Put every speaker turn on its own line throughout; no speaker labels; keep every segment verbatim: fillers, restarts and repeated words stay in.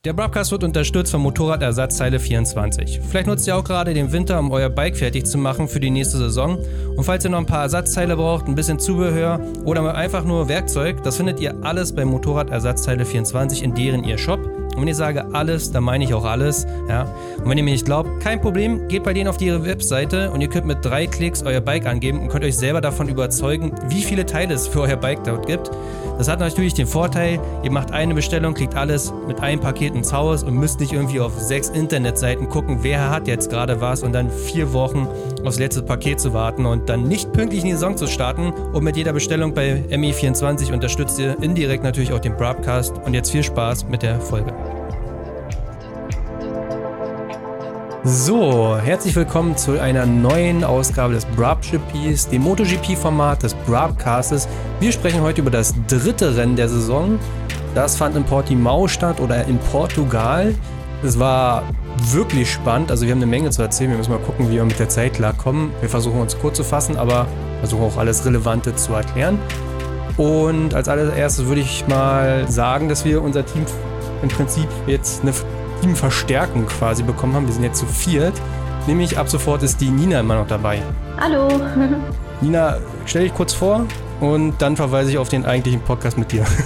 Der Brabcast wird unterstützt von Motorradersatzteile vierundzwanzig. Vielleicht nutzt ihr auch gerade den Winter, um euer Bike fertig zu machen für die nächste Saison. Und falls ihr noch ein paar Ersatzteile braucht, ein bisschen Zubehör oder einfach nur Werkzeug, das findet ihr alles bei Motorradersatzteile vierundzwanzig in deren ihr Shop. Und wenn ich sage alles, dann meine ich auch alles. Ja. Und wenn ihr mir nicht glaubt, kein Problem, geht bei denen auf ihre Webseite und ihr könnt mit drei Klicks euer Bike angeben und könnt euch selber davon überzeugen, wie viele Teile es für euer Bike dort gibt. Das hat natürlich den Vorteil, ihr macht eine Bestellung, kriegt alles mit einem Paket ins Haus und müsst nicht irgendwie auf sechs Internetseiten gucken, wer hat jetzt gerade was und dann vier Wochen aufs letzte Paket zu warten und dann nicht pünktlich in die Saison zu starten. Und mit jeder Bestellung bei M E vierundzwanzig unterstützt ihr indirekt natürlich auch den Brabcast. Und jetzt viel Spaß mit der Folge. So, herzlich willkommen zu einer neuen Ausgabe des BrabGPs, dem MotoGP-Format des Brabcastes. Wir sprechen heute über das dritte Rennen der Saison. Das fand in Portimão statt oder in Portugal. Es war wirklich spannend, also wir haben eine Menge zu erzählen. Wir müssen mal gucken, wie wir mit der Zeit klarkommen. Wir versuchen uns kurz zu fassen, aber versuchen auch alles Relevante zu erklären. Und als allererstes würde ich mal sagen, dass wir unser Team im Prinzip jetzt eine Teamverstärkung quasi bekommen haben. Wir sind jetzt zu viert. Nämlich ab sofort ist die Nina immer noch dabei.
Hallo.
Nina, stell dich kurz vor und dann verweise ich auf den eigentlichen Podcast mit dir.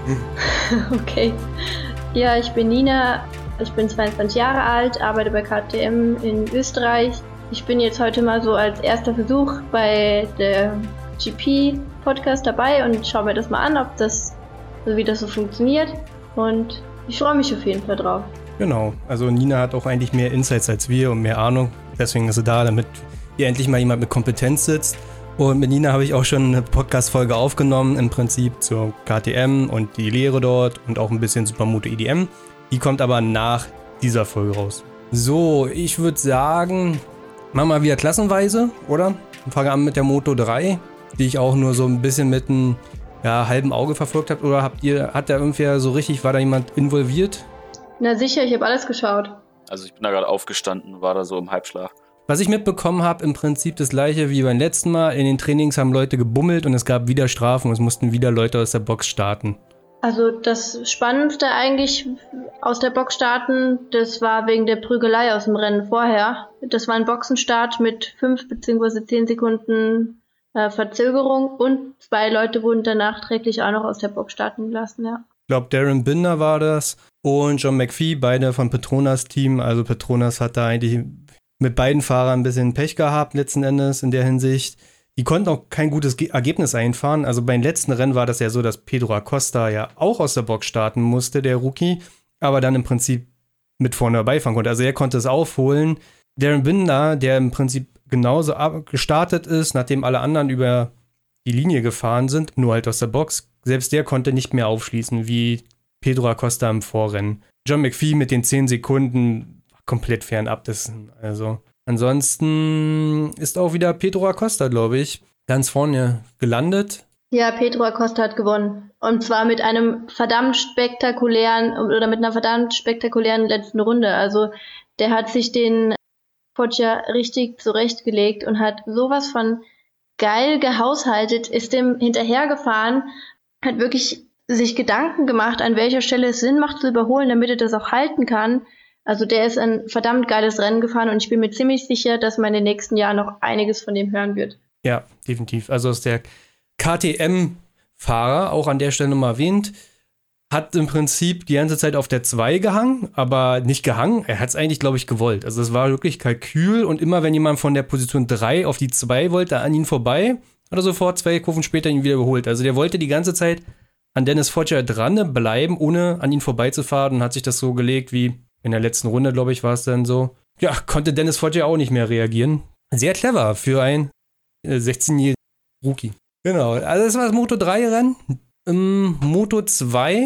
Okay. Ja, ich bin Nina. Ich bin zweiundzwanzig Jahre alt, arbeite bei K T M in Österreich. Ich bin jetzt heute mal so als erster Versuch bei der G P-Podcast dabei und schaue mir das mal an, ob das, also wie das so funktioniert. Und ich freue mich auf jeden Fall drauf.
Genau, also Nina hat auch eigentlich mehr Insights als wir und mehr Ahnung. Deswegen ist sie da, damit hier endlich mal jemand mit Kompetenz sitzt. Und mit Nina habe ich auch schon eine Podcast-Folge aufgenommen, im Prinzip zur K T M und die Lehre dort und auch ein bisschen Supermoto E D M. Die kommt aber nach dieser Folge raus. So, ich würde sagen, machen wir wieder klassenweise, oder? Ich fange an mit der Moto drei, die ich auch nur so ein bisschen mit einem ja, halben Auge verfolgt habe. Oder habt ihr, hat da irgendwer so richtig, war da jemand involviert?
Na sicher, ich habe alles geschaut.
Also ich bin da gerade aufgestanden, war da so im Halbschlaf.
Was ich mitbekommen habe, im Prinzip das gleiche wie beim letzten Mal. In den Trainings haben Leute gebummelt und es gab wieder Strafen und es mussten wieder Leute aus der Box starten.
Also das Spannendste eigentlich aus der Box starten, das war wegen der Prügelei aus dem Rennen vorher. Das war ein Boxenstart mit fünf bzw. zehn Sekunden äh, Verzögerung und zwei Leute wurden dann nachträglich auch noch aus der Box starten gelassen, ja.
Ich glaube, Darren Binder war das und John McPhee, beide von Petronas Team. Also Petronas hat da eigentlich mit beiden Fahrern ein bisschen Pech gehabt letzten Endes in der Hinsicht. Die konnten auch kein gutes Ge- Ergebnis einfahren. Also beim letzten Rennen war das ja so, dass Pedro Acosta ja auch aus der Box starten musste, der Rookie, aber dann im Prinzip mit vorne dabei fahren konnte. Also er konnte es aufholen. Darren Binder, der im Prinzip genauso ab- gestartet ist, nachdem alle anderen über die Linie gefahren sind, nur halt aus der Box, selbst der konnte nicht mehr aufschließen wie Pedro Acosta im Vorrennen. John McPhee mit den zehn Sekunden komplett fernab des, also ansonsten ist auch wieder Pedro Acosta, glaube ich, ganz vorne gelandet.
Ja, Pedro Acosta hat gewonnen. Und zwar mit einem verdammt spektakulären oder mit einer verdammt spektakulären letzten Runde. Also der hat sich den Foggia richtig zurechtgelegt und hat sowas von geil gehaushaltet, ist dem hinterhergefahren, hat wirklich sich Gedanken gemacht, an welcher Stelle es Sinn macht zu überholen, damit er das auch halten kann. Also der ist ein verdammt geiles Rennen gefahren und ich bin mir ziemlich sicher, dass man in den nächsten Jahren noch einiges von dem hören wird.
Ja, definitiv. Also ist der K T M-Fahrer, auch an der Stelle nochmal erwähnt, hat im Prinzip die ganze Zeit auf der zwei gehangen, aber nicht gehangen. Er hat es eigentlich, glaube ich, gewollt. Also es war wirklich Kalkül und immer, wenn jemand von der Position drei auf die zwei wollte, an ihn vorbei, hat er sofort zwei Kurven später ihn wieder überholt. Also der wollte die ganze Zeit an Dennis Foggia dran bleiben, ohne an ihn vorbeizufahren und hat sich das so gelegt wie in der letzten Runde, glaube ich, war es dann so. Ja, konnte Dennis Foggia auch nicht mehr reagieren. Sehr clever für einen sechzehnjährigen Rookie. Genau, also das war das Moto drei Rennen. Im Moto zwei,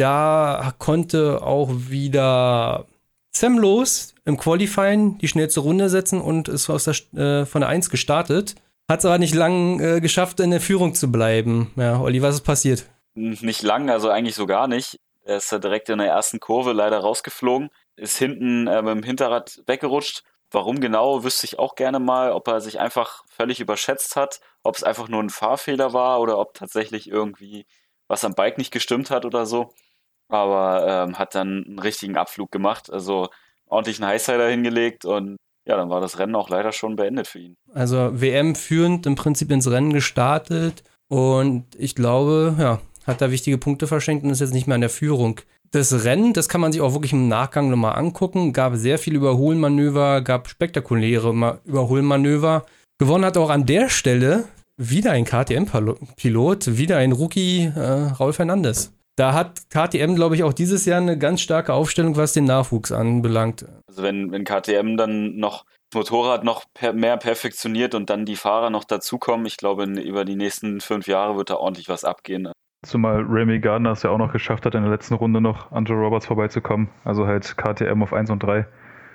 da konnte auch wieder Sam Loos im Qualifying die schnellste Runde setzen und ist aus der, äh, von der eins gestartet. Hat es aber nicht lang äh, geschafft, in der Führung zu bleiben. Ja, Olli, was ist passiert?
Nicht lang, also eigentlich so gar nicht. Er ist ja direkt in der ersten Kurve leider rausgeflogen, ist hinten äh, mit dem Hinterrad weggerutscht. Warum genau, wüsste ich auch gerne mal, ob er sich einfach völlig überschätzt hat, ob es einfach nur ein Fahrfehler war oder ob tatsächlich irgendwie was am Bike nicht gestimmt hat oder so. aber ähm, hat dann einen richtigen Abflug gemacht, also ordentlichen Highsider hingelegt und ja, dann war das Rennen auch leider schon beendet für ihn.
Also W M führend im Prinzip ins Rennen gestartet und ich glaube, ja, hat da wichtige Punkte verschenkt und ist jetzt nicht mehr an der Führung. Das Rennen, das kann man sich auch wirklich im Nachgang nochmal angucken, gab sehr viele Überholmanöver, gab spektakuläre Ma- Überholmanöver. Gewonnen hat auch an der Stelle wieder ein K T M-Pilot, wieder ein Rookie, äh, Raul Fernandes. Da hat K T M, glaube ich, auch dieses Jahr eine ganz starke Aufstellung, was den Nachwuchs anbelangt.
Also wenn, wenn K T M dann noch das Motorrad noch per, mehr perfektioniert und dann die Fahrer noch dazukommen, ich glaube, in, über die nächsten fünf Jahre wird da ordentlich was abgehen.
Zumal Remy Gardner es ja auch noch geschafft hat, in der letzten Runde noch an Joe Roberts vorbeizukommen. Also halt K T M auf eins und drei.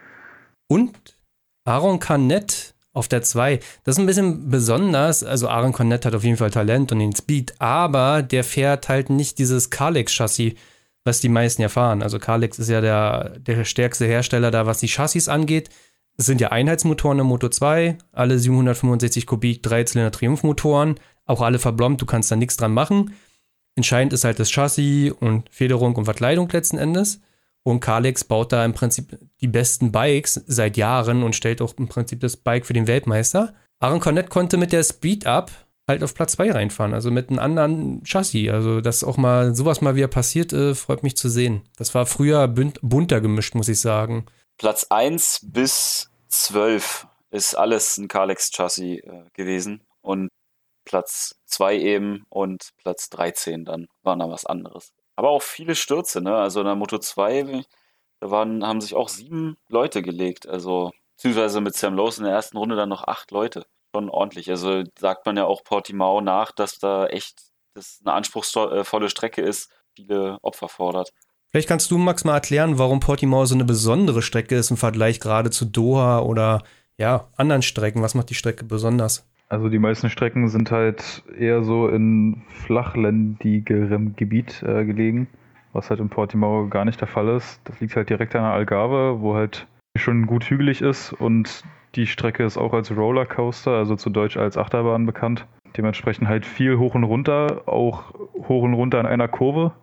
Und Aaron Canet auf der zwei. Das ist ein bisschen besonders. Also Aaron Canet hat auf jeden Fall Talent und den Speed, aber der fährt halt nicht dieses Kalex-Chassis, was die meisten ja fahren. Also Kalex ist ja der, der stärkste Hersteller da, was die Chassis angeht. Es sind ja Einheitsmotoren im Moto zwei, alle siebenhundertfünfundsechzig Kubik, Dreizylinder-Triumphmotoren, auch alle verblombt, du kannst da nichts dran machen. Entscheidend ist halt das Chassis und Federung und Verkleidung letzten Endes. Und Kalex baut da im Prinzip die besten Bikes seit Jahren und stellt auch im Prinzip das Bike für den Weltmeister. Aaron Canet konnte mit der Speed-Up halt auf Platz zwei reinfahren, also mit einem anderen Chassis. Also, dass auch mal sowas mal wieder passiert, äh, freut mich zu sehen. Das war früher bünd- bunter gemischt, muss ich sagen.
Platz eins bis zwölf ist alles ein Kalex-Chassis äh, gewesen und Platz zwei eben und Platz dreizehn dann waren da was anderes. Aber auch viele Stürze, ne? Also in der Moto zwei, da waren, haben sich auch sieben Leute gelegt. Also, beziehungsweise mit Sam Lowes in der ersten Runde dann noch acht Leute. Schon ordentlich. Also sagt man ja auch Portimao nach, dass da echt das eine anspruchsvolle Strecke ist, viele Opfer fordert.
Vielleicht kannst du, Max, mal erklären, warum Portimao so eine besondere Strecke ist im Vergleich gerade zu Doha oder ja, anderen Strecken. Was macht die Strecke besonders?
Also die meisten Strecken sind halt eher so in flachländigerem Gebiet äh, gelegen, was halt in Portimao gar nicht der Fall ist. Das liegt halt direkt an der Algarve, wo halt schon gut hügelig ist und die Strecke ist auch als Rollercoaster, also zu Deutsch als Achterbahn bekannt. Dementsprechend halt viel hoch und runter, auch hoch und runter in einer Kurve,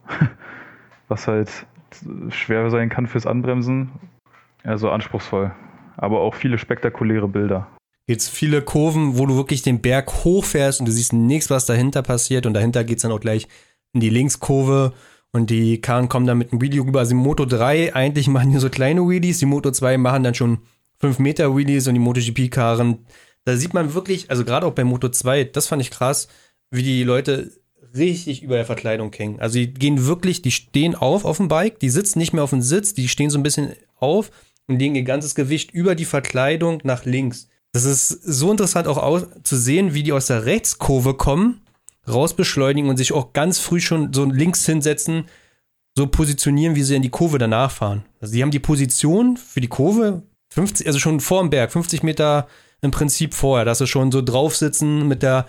was halt schwer sein kann fürs Anbremsen. Also anspruchsvoll, aber auch viele spektakuläre Bilder.
Jetzt viele Kurven, wo du wirklich den Berg hochfährst und du siehst nichts, was dahinter passiert und dahinter geht es dann auch gleich in die Linkskurve und die Karren kommen dann mit einem Wheelie rüber. Also die Moto drei eigentlich machen hier so kleine Wheelies, die Moto zwei machen dann schon fünf Meter Wheelies und die MotoGP-Karren, da sieht man wirklich, also gerade auch bei Moto zwei, das fand ich krass, wie die Leute richtig über der Verkleidung hängen. Also die gehen wirklich, die stehen auf auf dem Bike, die sitzen nicht mehr auf dem Sitz, die stehen so ein bisschen auf und legen ihr ganzes Gewicht über die Verkleidung nach links. Das ist so interessant auch aus, zu sehen, wie die aus der Rechtskurve kommen, rausbeschleunigen und sich auch ganz früh schon so links hinsetzen, so positionieren, wie sie in die Kurve danach fahren. Also die haben die Position für die Kurve, fünfzig, also schon vor dem Berg, fünfzig Meter im Prinzip vorher, dass sie schon so drauf sitzen mit der,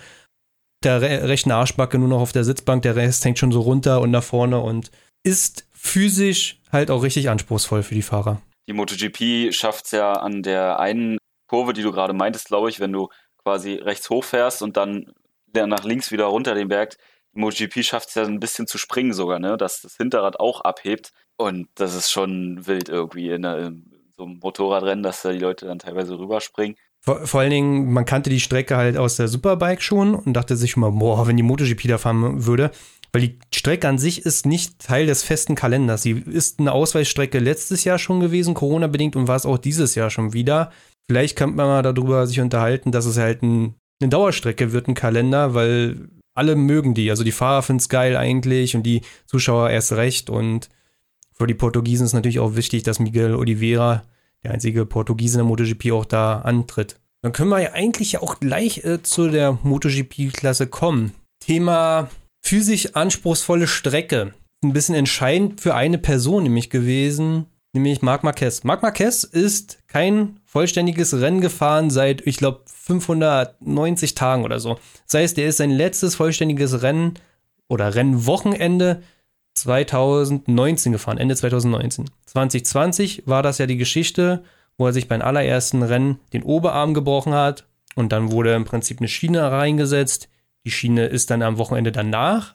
der re- rechten Arschbacke nur noch auf der Sitzbank, der Rest hängt schon so runter und nach vorne und ist physisch halt auch richtig anspruchsvoll für die Fahrer.
Die MotoGP schafft es ja an der einen Kurve, die du gerade meintest, glaube ich, wenn du quasi rechts hochfährst und dann nach links wieder runter den Berg. Die MotoGP schafft es ja ein bisschen zu springen sogar, ne? Dass das Hinterrad auch abhebt und das ist schon wild irgendwie in, einer, in so einem Motorradrennen, dass da die Leute dann teilweise rüberspringen.
Vor, vor allen Dingen, man kannte die Strecke halt aus der Superbike schon und dachte sich schon mal, boah, wenn die MotoGP da fahren würde, weil die Strecke an sich ist nicht Teil des festen Kalenders. Sie ist eine Ausweichstrecke letztes Jahr schon gewesen, Corona-bedingt, und war es auch dieses Jahr schon wieder. Vielleicht kann man mal darüber sich unterhalten, dass es halt ein, eine Dauerstrecke wird, ein Kalender, weil alle mögen die. Also die Fahrer finden es geil eigentlich und die Zuschauer erst recht. Und für die Portugiesen ist natürlich auch wichtig, dass Miguel Oliveira, der einzige Portugiese in der MotoGP, auch da antritt. Dann können wir ja eigentlich ja auch gleich äh, zu der MotoGP-Klasse kommen. Thema physisch anspruchsvolle Strecke. Ein bisschen entscheidend für eine Person nämlich gewesen, nämlich Marc Marquez. Marc Marquez ist kein vollständiges Rennen gefahren seit, ich glaube, fünfhundertneunzig Tagen oder so. Das heißt, er ist sein letztes vollständiges Rennen oder Rennwochenende zweitausendneunzehn gefahren, Ende zweitausendneunzehn. zwanzig zwanzig war das ja die Geschichte, wo er sich beim allerersten Rennen den Oberarm gebrochen hat und dann wurde im Prinzip eine Schiene reingesetzt. Die Schiene ist dann am Wochenende danach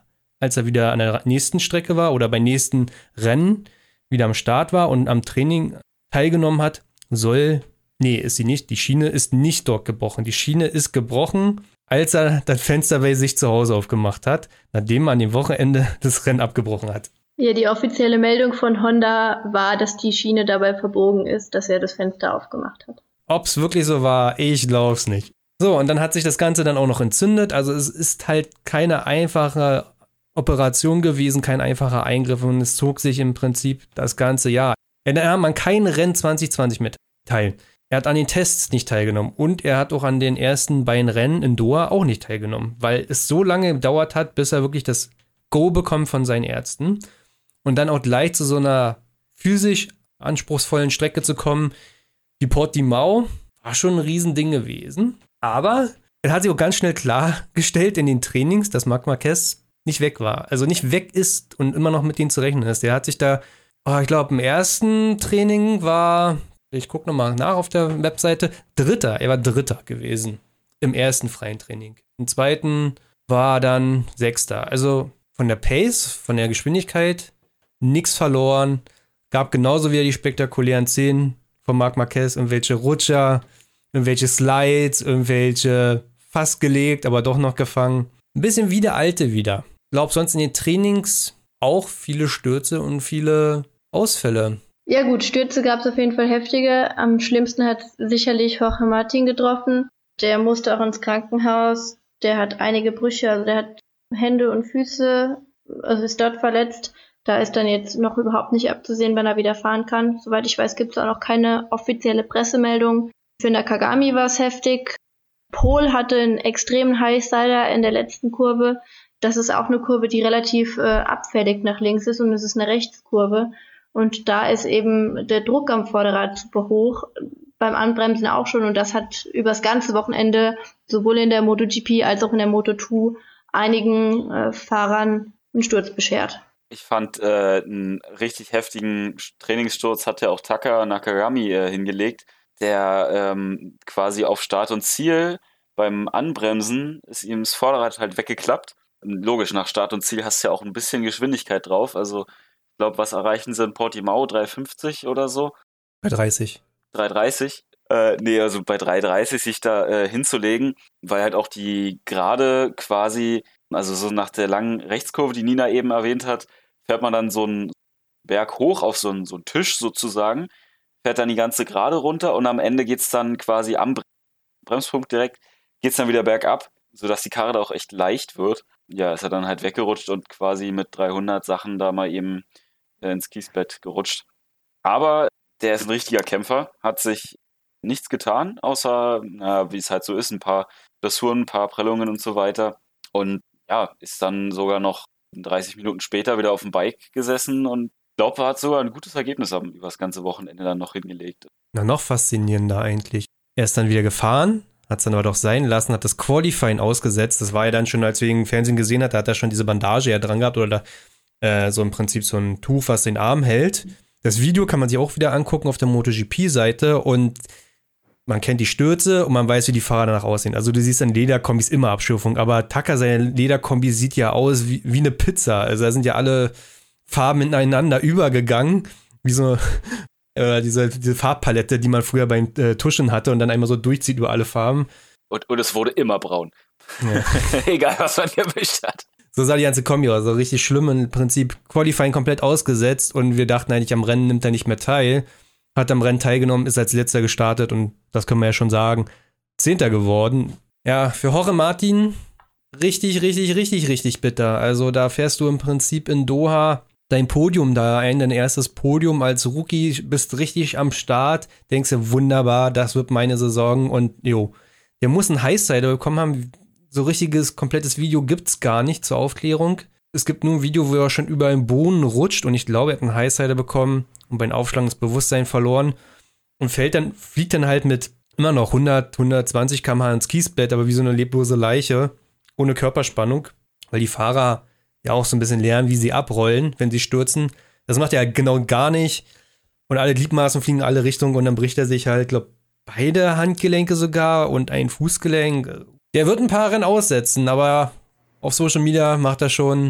als er wieder an der nächsten Strecke war oder beim nächsten Rennen wieder am Start war und am Training teilgenommen hat, soll, nee, ist sie nicht, die Schiene ist nicht dort gebrochen. Die Schiene ist gebrochen, als er das Fenster bei sich zu Hause aufgemacht hat, nachdem er an dem Wochenende das Rennen abgebrochen hat.
Ja, die offizielle Meldung von Honda war, dass die Schiene dabei verbogen ist, dass er das Fenster aufgemacht hat.
Ob's wirklich so war, ich glaub's nicht. So, und dann hat sich das Ganze dann auch noch entzündet. Also es ist halt keine einfache Operation gewesen, kein einfacher Eingriff und es zog sich im Prinzip das ganze Jahr. Er nahm an keinem Rennen zwanzig zwanzig mit teil. Er hat an den Tests nicht teilgenommen und er hat auch an den ersten beiden Rennen in Doha auch nicht teilgenommen, weil es so lange gedauert hat, bis er wirklich das Go bekommt von seinen Ärzten und dann auch gleich zu so einer physisch anspruchsvollen Strecke zu kommen, wie Portimao, war schon ein Riesending gewesen. Aber er hat sich auch ganz schnell klargestellt in den Trainings, dass Marc Marquez nicht weg war. Also nicht weg ist und immer noch mit denen zu rechnen ist. Der hat sich da, oh, ich glaube, im ersten Training war, ich gucke nochmal nach auf der Webseite, Dritter. Er war Dritter gewesen im ersten freien Training. Im zweiten war dann Sechster. Also von der Pace, von der Geschwindigkeit, nichts verloren. Gab genauso wieder die spektakulären Szenen von Marc Marquez, irgendwelche Rutscher, irgendwelche Slides, irgendwelche fast gelegt, aber doch noch gefangen. Ein bisschen wie der Alte wieder. Ich glaube, sonst in den Trainings auch viele Stürze und viele Ausfälle.
Ja gut, Stürze gab es auf jeden Fall heftige. Am schlimmsten hat sicherlich Jorge Martin getroffen. Der musste auch ins Krankenhaus. Der hat einige Brüche, also der hat Hände und Füße, also ist dort verletzt. Da ist dann jetzt noch überhaupt nicht abzusehen, wann er wieder fahren kann. Soweit ich weiß, gibt es auch noch keine offizielle Pressemeldung. Für Nakagami war es heftig. Pol hatte einen extremen Highsider in der letzten Kurve. Das ist auch eine Kurve, die relativ äh, abfällig nach links ist und es ist eine Rechtskurve. Und da ist eben der Druck am Vorderrad super hoch, beim Anbremsen auch schon. Und das hat übers ganze Wochenende sowohl in der MotoGP als auch in der Moto zwei einigen äh, Fahrern einen Sturz beschert.
Ich fand, äh, einen richtig heftigen Trainingssturz hat ja auch Taka Nakagami äh, hingelegt, der ähm, quasi auf Start und Ziel beim Anbremsen ist ihm das Vorderrad halt weggeklappt. Logisch, nach Start und Ziel hast du ja auch ein bisschen Geschwindigkeit drauf. Also ich glaube, was erreichen sie in Portimao? drei fünfzig oder so?
Bei dreißig.
drei dreißig? Äh, nee, also bei drei dreißig sich da äh, hinzulegen, weil halt auch die gerade quasi, also so nach der langen Rechtskurve, die Nina eben erwähnt hat, fährt man dann so einen Berg hoch auf so einen, so einen Tisch sozusagen, fährt dann die ganze Gerade runter und am Ende geht's dann quasi am Bremspunkt direkt, geht's dann wieder bergab, sodass die Karre da auch echt leicht wird. Ja, ist er dann halt weggerutscht und quasi mit dreihundert Sachen da mal eben äh, ins Kiesbett gerutscht. Aber der ist ein richtiger Kämpfer, hat sich nichts getan, außer, na, wie es halt so ist, ein paar Blessuren, ein paar Prellungen und so weiter. Und ja, ist dann sogar noch dreißig Minuten später wieder auf dem Bike gesessen und ich glaube, er hat sogar ein gutes Ergebnis über das ganze Wochenende dann noch hingelegt.
Na, noch faszinierender eigentlich. Er ist dann wieder gefahren, hat es dann aber doch sein lassen, hat das Qualifying ausgesetzt. Das war ja dann schon, als wir ihn im Fernsehen gesehen hat, da hat er schon diese Bandage ja dran gehabt oder da, äh, so im Prinzip so ein Tuch, was den Arm hält. Das Video kann man sich auch wieder angucken auf der MotoGP-Seite und man kennt die Stürze und man weiß, wie die Fahrer danach aussehen. Also du siehst an Lederkombis immer Abschürfung, aber Taka, seine Lederkombi sieht ja aus wie, wie eine Pizza. Also da sind ja alle Farben ineinander übergegangen, wie so äh, diese, diese Farbpalette, die man früher beim äh, Tuschen hatte und dann einmal so durchzieht über alle Farben.
Und, und es wurde immer braun. Ja. Egal, was man gemischt hat.
So sah die ganze Kombi aus, also richtig schlimm, im Prinzip Qualifying komplett ausgesetzt und wir dachten eigentlich, am Rennen nimmt er nicht mehr teil. Hat am Rennen teilgenommen, ist als letzter gestartet und das können wir ja schon sagen, Zehnter geworden. Ja, für Jorge Martin richtig, richtig, richtig, richtig bitter. Also da fährst du im Prinzip in Doha dein Podium da ein, dein erstes Podium als Rookie, bist richtig am Start, denkst dir, wunderbar, das wird meine Saison und jo, der muss einen Highsider bekommen haben. So richtiges, komplettes Video gibt's gar nicht zur Aufklärung. Es gibt nur ein Video, wo er schon über den Boden rutscht und ich glaube, er hat einen Highsider bekommen und beim Aufschlagen das Bewusstsein verloren und fällt dann, fliegt dann halt mit immer noch hundert, hundertzwanzig Kilometer pro Stunde ins Kiesbett, aber wie so eine leblose Leiche, ohne Körperspannung, weil die Fahrer ja auch so ein bisschen lernen, wie sie abrollen, wenn sie stürzen. Das macht er genau gar nicht und alle Gliedmaßen fliegen in alle Richtungen und dann bricht er sich halt, glaube beide Handgelenke sogar und ein Fußgelenk. Der wird ein paar Rennen aussetzen, aber auf Social Media macht er schon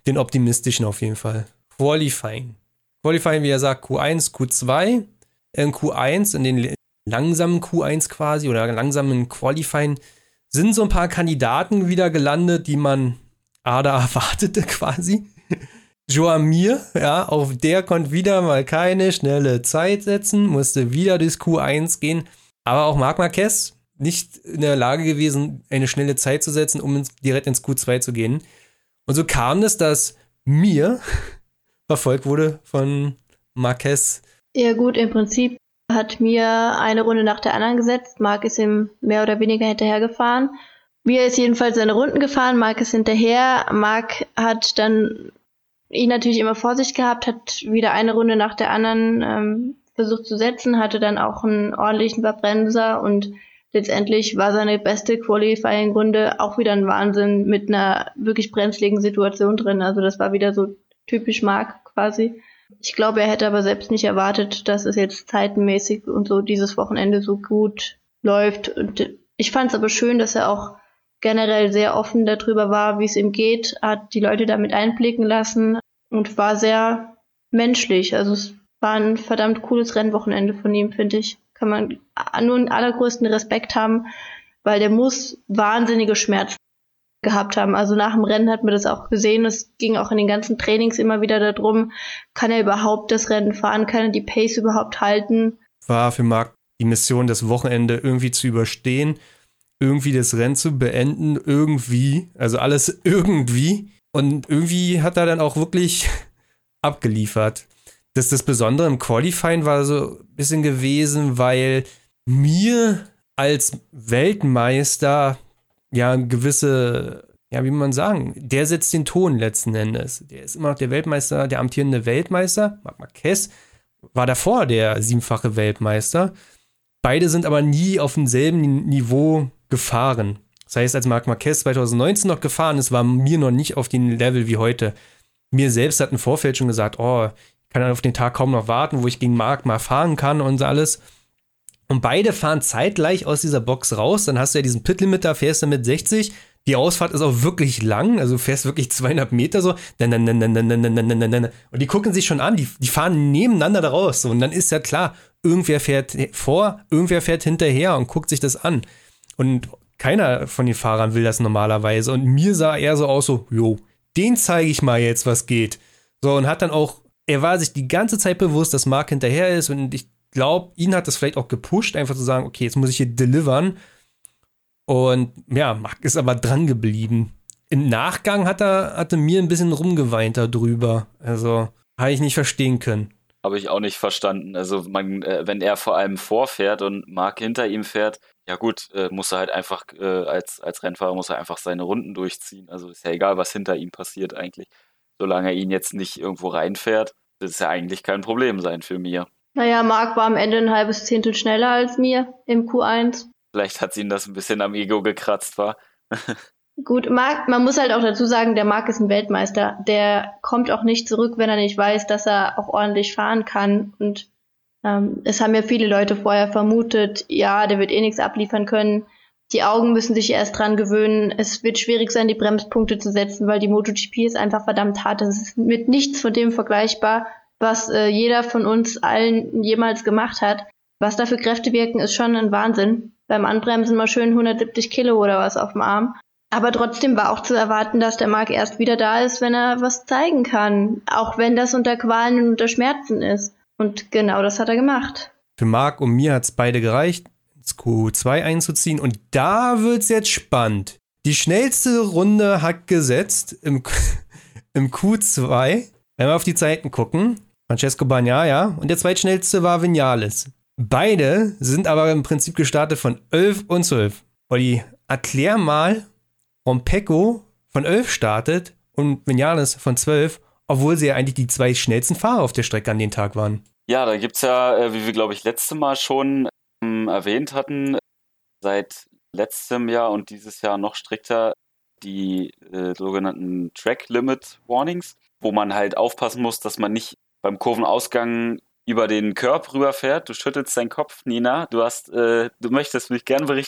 den optimistischen auf jeden Fall. Qualifying. Qualifying, wie er sagt, Q eins, Q zwei. In Q eins, in den langsamen Q eins quasi oder langsamen Qualifying, sind so ein paar Kandidaten wieder gelandet, die man Ada erwartete quasi. Joan Mir, ja, auf der konnte wieder mal keine schnelle Zeit setzen, musste wieder durchs Q eins gehen. Aber auch Marc Marquez nicht in der Lage gewesen, eine schnelle Zeit zu setzen, um ins, direkt ins Q zwei zu gehen. Und so kam es, dass Mir verfolgt wurde von Marquez.
Ja gut, im Prinzip hat Mir eine Runde nach der anderen gesetzt. Marc ist ihm mehr oder weniger hinterhergefahren. Mir ist jedenfalls seine Runden gefahren, Marc ist hinterher. Marc hat dann ihn natürlich immer vor sich gehabt, hat wieder eine Runde nach der anderen ähm, versucht zu setzen, hatte dann auch einen ordentlichen Verbremser und letztendlich war seine beste Qualifying-Runde auch wieder ein Wahnsinn mit einer wirklich brenzligen Situation drin. Also das war wieder so typisch Marc quasi. Ich glaube, er hätte aber selbst nicht erwartet, dass es jetzt zeitenmäßig und so dieses Wochenende so gut läuft. Und ich fand es aber schön, dass er auch generell sehr offen darüber war, wie es ihm geht, hat die Leute damit einblicken lassen und war sehr menschlich. Also es war ein verdammt cooles Rennwochenende von ihm, finde ich. Kann man nur einen allergrößten Respekt haben, weil der muss wahnsinnige Schmerzen gehabt haben. Also nach dem Rennen hat man das auch gesehen. Es ging auch in den ganzen Trainings immer wieder darum, kann er überhaupt das Rennen fahren, kann er die Pace überhaupt halten.
War für Marc die Mission, das Wochenende irgendwie zu überstehen, irgendwie das Rennen zu beenden, irgendwie, also alles irgendwie. Und irgendwie hat er dann auch wirklich abgeliefert. Das, das Besondere im Qualifying war so ein bisschen gewesen, weil Mir als Weltmeister ja eine gewisse, ja, wie man sagen, der setzt den Ton letzten Endes. Der ist immer noch der Weltmeister, der amtierende Weltmeister. Marc Marquez war davor der siebenfache Weltmeister. Beide sind aber nie auf demselben Niveau gefahren. Das heißt, als Marc Marquez zwanzig neunzehn noch gefahren ist, war Mir noch nicht auf dem Level wie heute. Mir selbst hat im Vorfeld schon gesagt, oh, ich kann auf den Tag kaum noch warten, wo ich gegen Marc mal fahren kann und alles. Und beide fahren zeitgleich aus dieser Box raus. Dann hast du ja diesen Pit-Limiter, fährst du mit sechzig. Die Ausfahrt ist auch wirklich lang, also du fährst wirklich zweihundert Meter so. Und die gucken sich schon an, die, die fahren nebeneinander da raus. So. Und dann ist ja klar, irgendwer fährt vor, irgendwer fährt hinterher und guckt sich das an. Und keiner von den Fahrern will das normalerweise. Und Mir sah eher so aus, so, jo, den zeige ich mal jetzt, was geht. So, und hat dann auch, er war sich die ganze Zeit bewusst, dass Marc hinterher ist. Und ich glaube, ihn hat das vielleicht auch gepusht, einfach zu sagen, okay, jetzt muss ich hier delivern. Und ja, Marc ist aber dran geblieben. Im Nachgang hat er, hatte Mir ein bisschen rumgeweint darüber. Also, habe ich nicht verstehen können.
Habe ich auch nicht verstanden. Also, man, äh, wenn er vor allem vorfährt und Marc hinter ihm fährt, ja gut, äh, muss er halt einfach, äh, als, als Rennfahrer muss er einfach seine Runden durchziehen. Also ist ja egal, was hinter ihm passiert eigentlich. Solange er ihn jetzt nicht irgendwo reinfährt, das ist ja eigentlich kein Problem sein für Mir.
Naja, Marc war am Ende ein halbes Zehntel schneller als Mir im Q eins.
Vielleicht hat sie ihn das ein bisschen am Ego gekratzt, war.
Gut, Marc, man muss halt auch dazu sagen, der Marc ist ein Weltmeister. Der kommt auch nicht zurück, wenn er nicht weiß, dass er auch ordentlich fahren kann. Und ähm, es haben ja viele Leute vorher vermutet, ja, der wird eh nichts abliefern können. Die Augen müssen sich erst dran gewöhnen. Es wird schwierig sein, die Bremspunkte zu setzen, weil die MotoGP ist einfach verdammt hart. Das ist mit nichts von dem vergleichbar, was äh, jeder von uns allen jemals gemacht hat. Was da für Kräfte wirken, ist schon ein Wahnsinn. Beim Anbremsen mal schön hundertsiebzig Kilo oder was auf dem Arm. Aber trotzdem war auch zu erwarten, dass der Marc erst wieder da ist, wenn er was zeigen kann. Auch wenn das unter Qualen und unter Schmerzen ist. Und genau das hat er gemacht.
Für Marc und Mir hat es beide gereicht, ins Q zwei einzuziehen. Und da wird's jetzt spannend. Die schnellste Runde hat gesetzt im, im Q zwei. Wenn wir auf die Zeiten gucken, Francesco Bagnaia. Und der zweitschnellste war Viñales. Beide sind aber im Prinzip gestartet von elf und zwölf. Olli, erklär mal, warum Pecco von elf startet und Viñales von zwölf, obwohl sie ja eigentlich die zwei schnellsten Fahrer auf der Strecke an den Tag waren.
Ja, da gibt's ja, wie wir, glaube ich, letztes Mal schon ähm, erwähnt hatten, seit letztem Jahr und dieses Jahr noch strikter die äh, sogenannten Track Limit Warnings, wo man halt aufpassen muss, dass man nicht beim Kurvenausgang über den Curb rüberfährt. Du schüttelst deinen Kopf, Nina. Du hast, äh, du möchtest mich gern berichtigen.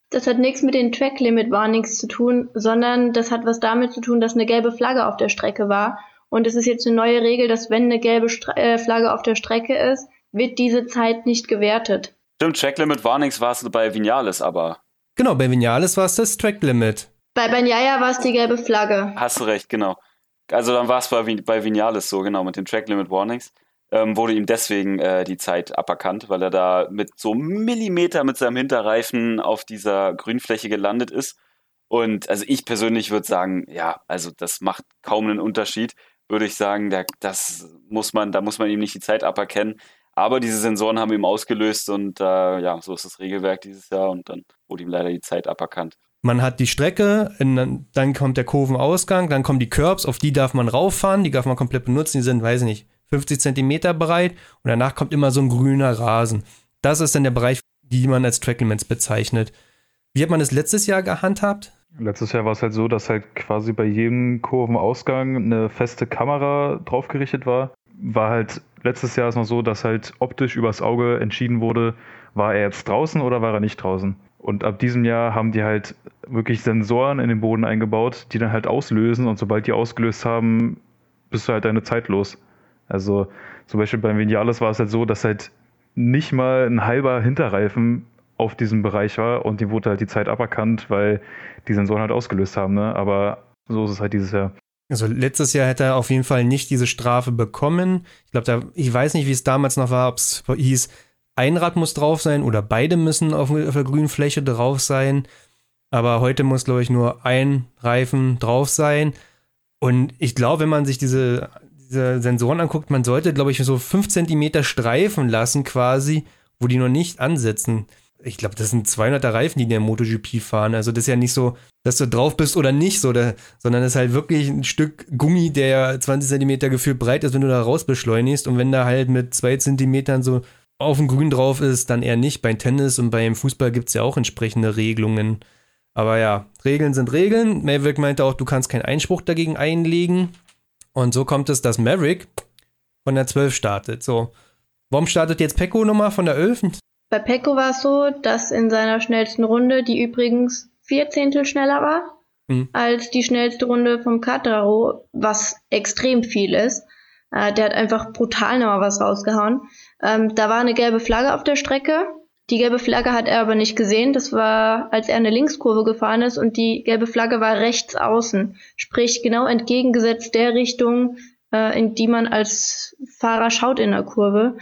Das hat nichts mit den Track Limit Warnings zu tun, sondern das hat was damit zu tun, dass eine gelbe Flagge auf der Strecke war. Und es ist jetzt eine neue Regel, dass wenn eine gelbe Stre- äh, Flagge auf der Strecke ist, wird diese Zeit nicht gewertet.
Stimmt, Track Limit Warnings war es bei Vinales, aber.
Genau, bei Vinales war es das Track Limit.
Bei Bagnaia war es die gelbe Flagge.
Hast du recht, genau. Also dann war es bei, bei Vinales so, genau, mit den Track Limit Warnings. Ähm, wurde ihm deswegen äh, die Zeit aberkannt, weil er da mit so einem Millimeter mit seinem Hinterreifen auf dieser Grünfläche gelandet ist. Und also ich persönlich würde sagen, ja, also das macht kaum einen Unterschied, würde ich sagen, da, das muss man, da muss man ihm nicht die Zeit aberkennen. Aber diese Sensoren haben ihm ausgelöst und äh, ja, so ist das Regelwerk dieses Jahr und dann wurde ihm leider die Zeit aberkannt. Man hat die Strecke, in, dann kommt der Kurvenausgang, dann kommen die Curbs, auf die darf man rauffahren, die darf man komplett benutzen, die sind, weiß ich nicht, fünfzig Zentimeter breit und danach kommt immer so ein grüner Rasen. Das ist dann der Bereich, den man als Track Limits bezeichnet. Wie hat man das letztes Jahr gehandhabt?
Letztes Jahr war es halt so, dass halt quasi bei jedem Kurvenausgang eine feste Kamera draufgerichtet war. War halt letztes Jahr ist noch so, dass halt optisch übers Auge entschieden wurde, war er jetzt draußen oder war er nicht draußen. Und ab diesem Jahr haben die halt wirklich Sensoren in den Boden eingebaut, die dann halt auslösen und sobald die ausgelöst haben, bist du halt deine Zeit los. Also zum Beispiel beim Vinales war es halt so, dass halt nicht mal ein halber Hinterreifen auf diesem Bereich war und die wurde halt die Zeit aberkannt, weil die Sensoren halt ausgelöst haben, ne? Aber so ist es halt dieses Jahr.
Also letztes Jahr hätte er auf jeden Fall nicht diese Strafe bekommen. Ich glaube, da, ich weiß nicht, wie es damals noch war, ob es hieß, ein Rad muss drauf sein oder beide müssen auf, auf der grünen Fläche drauf sein. Aber heute muss, glaube ich, nur ein Reifen drauf sein. Und ich glaube, wenn man sich diese, diese Sensoren anguckt, man sollte, glaube ich, so fünf Zentimeter streifen lassen quasi, wo die noch nicht ansetzen. Ich glaube, das sind zweihunderter Reifen, die in der MotoGP fahren. Also das ist ja nicht so, dass du drauf bist oder nicht, so, da, sondern das ist halt wirklich ein Stück Gummi, der zwanzig Zentimeter gefühlt breit ist, wenn du da raus beschleunigst. Und wenn da halt mit zwei Zentimetern so auf dem Grün drauf ist, dann eher nicht. Beim Tennis und beim Fußball gibt es ja auch entsprechende Regelungen. Aber ja, Regeln sind Regeln. Maverick meinte auch, du kannst keinen Einspruch dagegen einlegen. Und so kommt es, dass Maverick von der zwölf startet. So, warum startet jetzt Pecco nochmal von der elf?
Bei Pecco war es so, dass in seiner schnellsten Runde, die übrigens vier Zehntel schneller war, mhm. als die schnellste Runde vom Quartararo, was extrem viel ist. Äh, der hat einfach brutal nochmal was rausgehauen. Ähm, da war eine gelbe Flagge auf der Strecke. Die gelbe Flagge hat er aber nicht gesehen. Das war, als er eine Linkskurve gefahren ist und die gelbe Flagge war rechts außen. Sprich, genau entgegengesetzt der Richtung, äh, in die man als Fahrer schaut in der Kurve.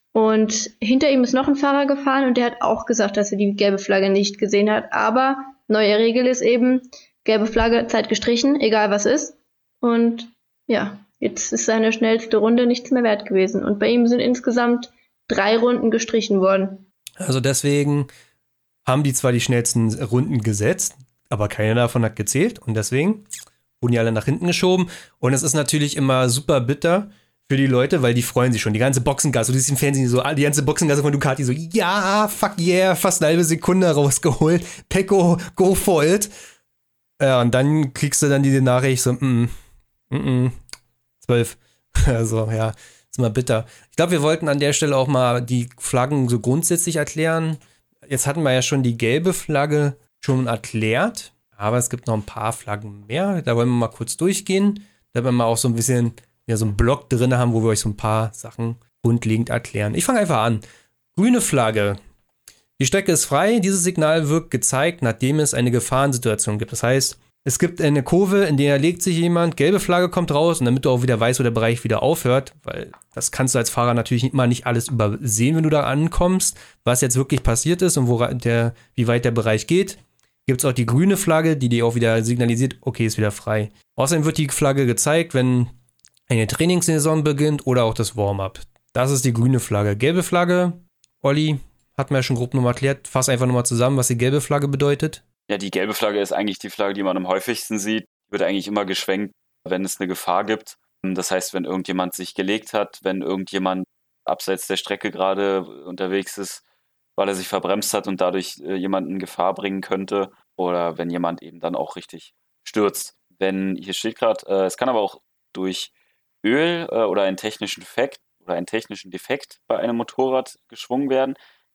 Und hinter ihm ist noch ein Fahrer gefahren und der hat auch gesagt, dass er die gelbe Flagge nicht gesehen hat. Aber neue Regel ist eben, gelbe Flagge, Zeit gestrichen, egal was ist. Und ja, jetzt ist seine schnellste Runde nichts mehr wert gewesen. Und bei ihm sind insgesamt drei Runden gestrichen worden.
Also deswegen haben die zwar die schnellsten Runden gesetzt, aber keiner davon hat gezählt. Und deswegen wurden die alle nach hinten geschoben. Und es ist natürlich immer super bitter für die Leute, weil die freuen sich schon. Die ganze Boxengasse, du siehst im Fernsehen so, die ganze Boxengasse von Ducati so, ja, fuck yeah, fast eine halbe Sekunde rausgeholt. Pecco, go for it. Ja, und dann kriegst du dann diese Nachricht so, mm, mm, mm, zwölf. Also, ja, ist mal bitter. Ich glaube, wir wollten an der Stelle auch mal die Flaggen so grundsätzlich erklären. Jetzt hatten wir ja schon die gelbe Flagge schon erklärt, aber es gibt noch ein paar Flaggen mehr. Da wollen wir mal kurz durchgehen, damit wir mal auch so ein bisschen ja, so einen Block drin haben, wo wir euch so ein paar Sachen grundlegend erklären. Ich fange einfach an. Grüne Flagge. Die Strecke ist frei. Dieses Signal wird gezeigt, nachdem es eine Gefahrensituation gibt. Das heißt, es gibt eine Kurve, in der legt sich jemand, gelbe Flagge kommt raus und damit du auch wieder weißt, wo der Bereich wieder aufhört, weil das kannst du als Fahrer natürlich immer nicht alles übersehen, wenn du da ankommst, was jetzt wirklich passiert ist und wo der, wie weit der Bereich geht. Gibt es auch die grüne Flagge, die dir auch wieder signalisiert, okay, ist wieder frei. Außerdem wird die Flagge gezeigt, wenn eine Trainingssaison beginnt oder auch das Warm-up. Das ist die grüne Flagge. Gelbe Flagge, Olli, hat mir ja schon grob nochmal erklärt. Fass einfach nochmal zusammen, was die gelbe Flagge bedeutet.
Ja, die gelbe Flagge ist eigentlich die Flagge, die man am häufigsten sieht. Die wird eigentlich immer geschwenkt, wenn es eine Gefahr gibt. Das heißt, wenn irgendjemand sich gelegt hat, wenn irgendjemand abseits der Strecke gerade unterwegs ist, weil er sich verbremst hat und dadurch äh, jemanden in Gefahr bringen könnte oder wenn jemand eben dann auch richtig stürzt. Wenn, hier steht gerade, äh, es kann aber auch durch Öl äh, oder einen technischen Defekt oder einen technischen Defekt bei einem Motorrad geschwungen werden.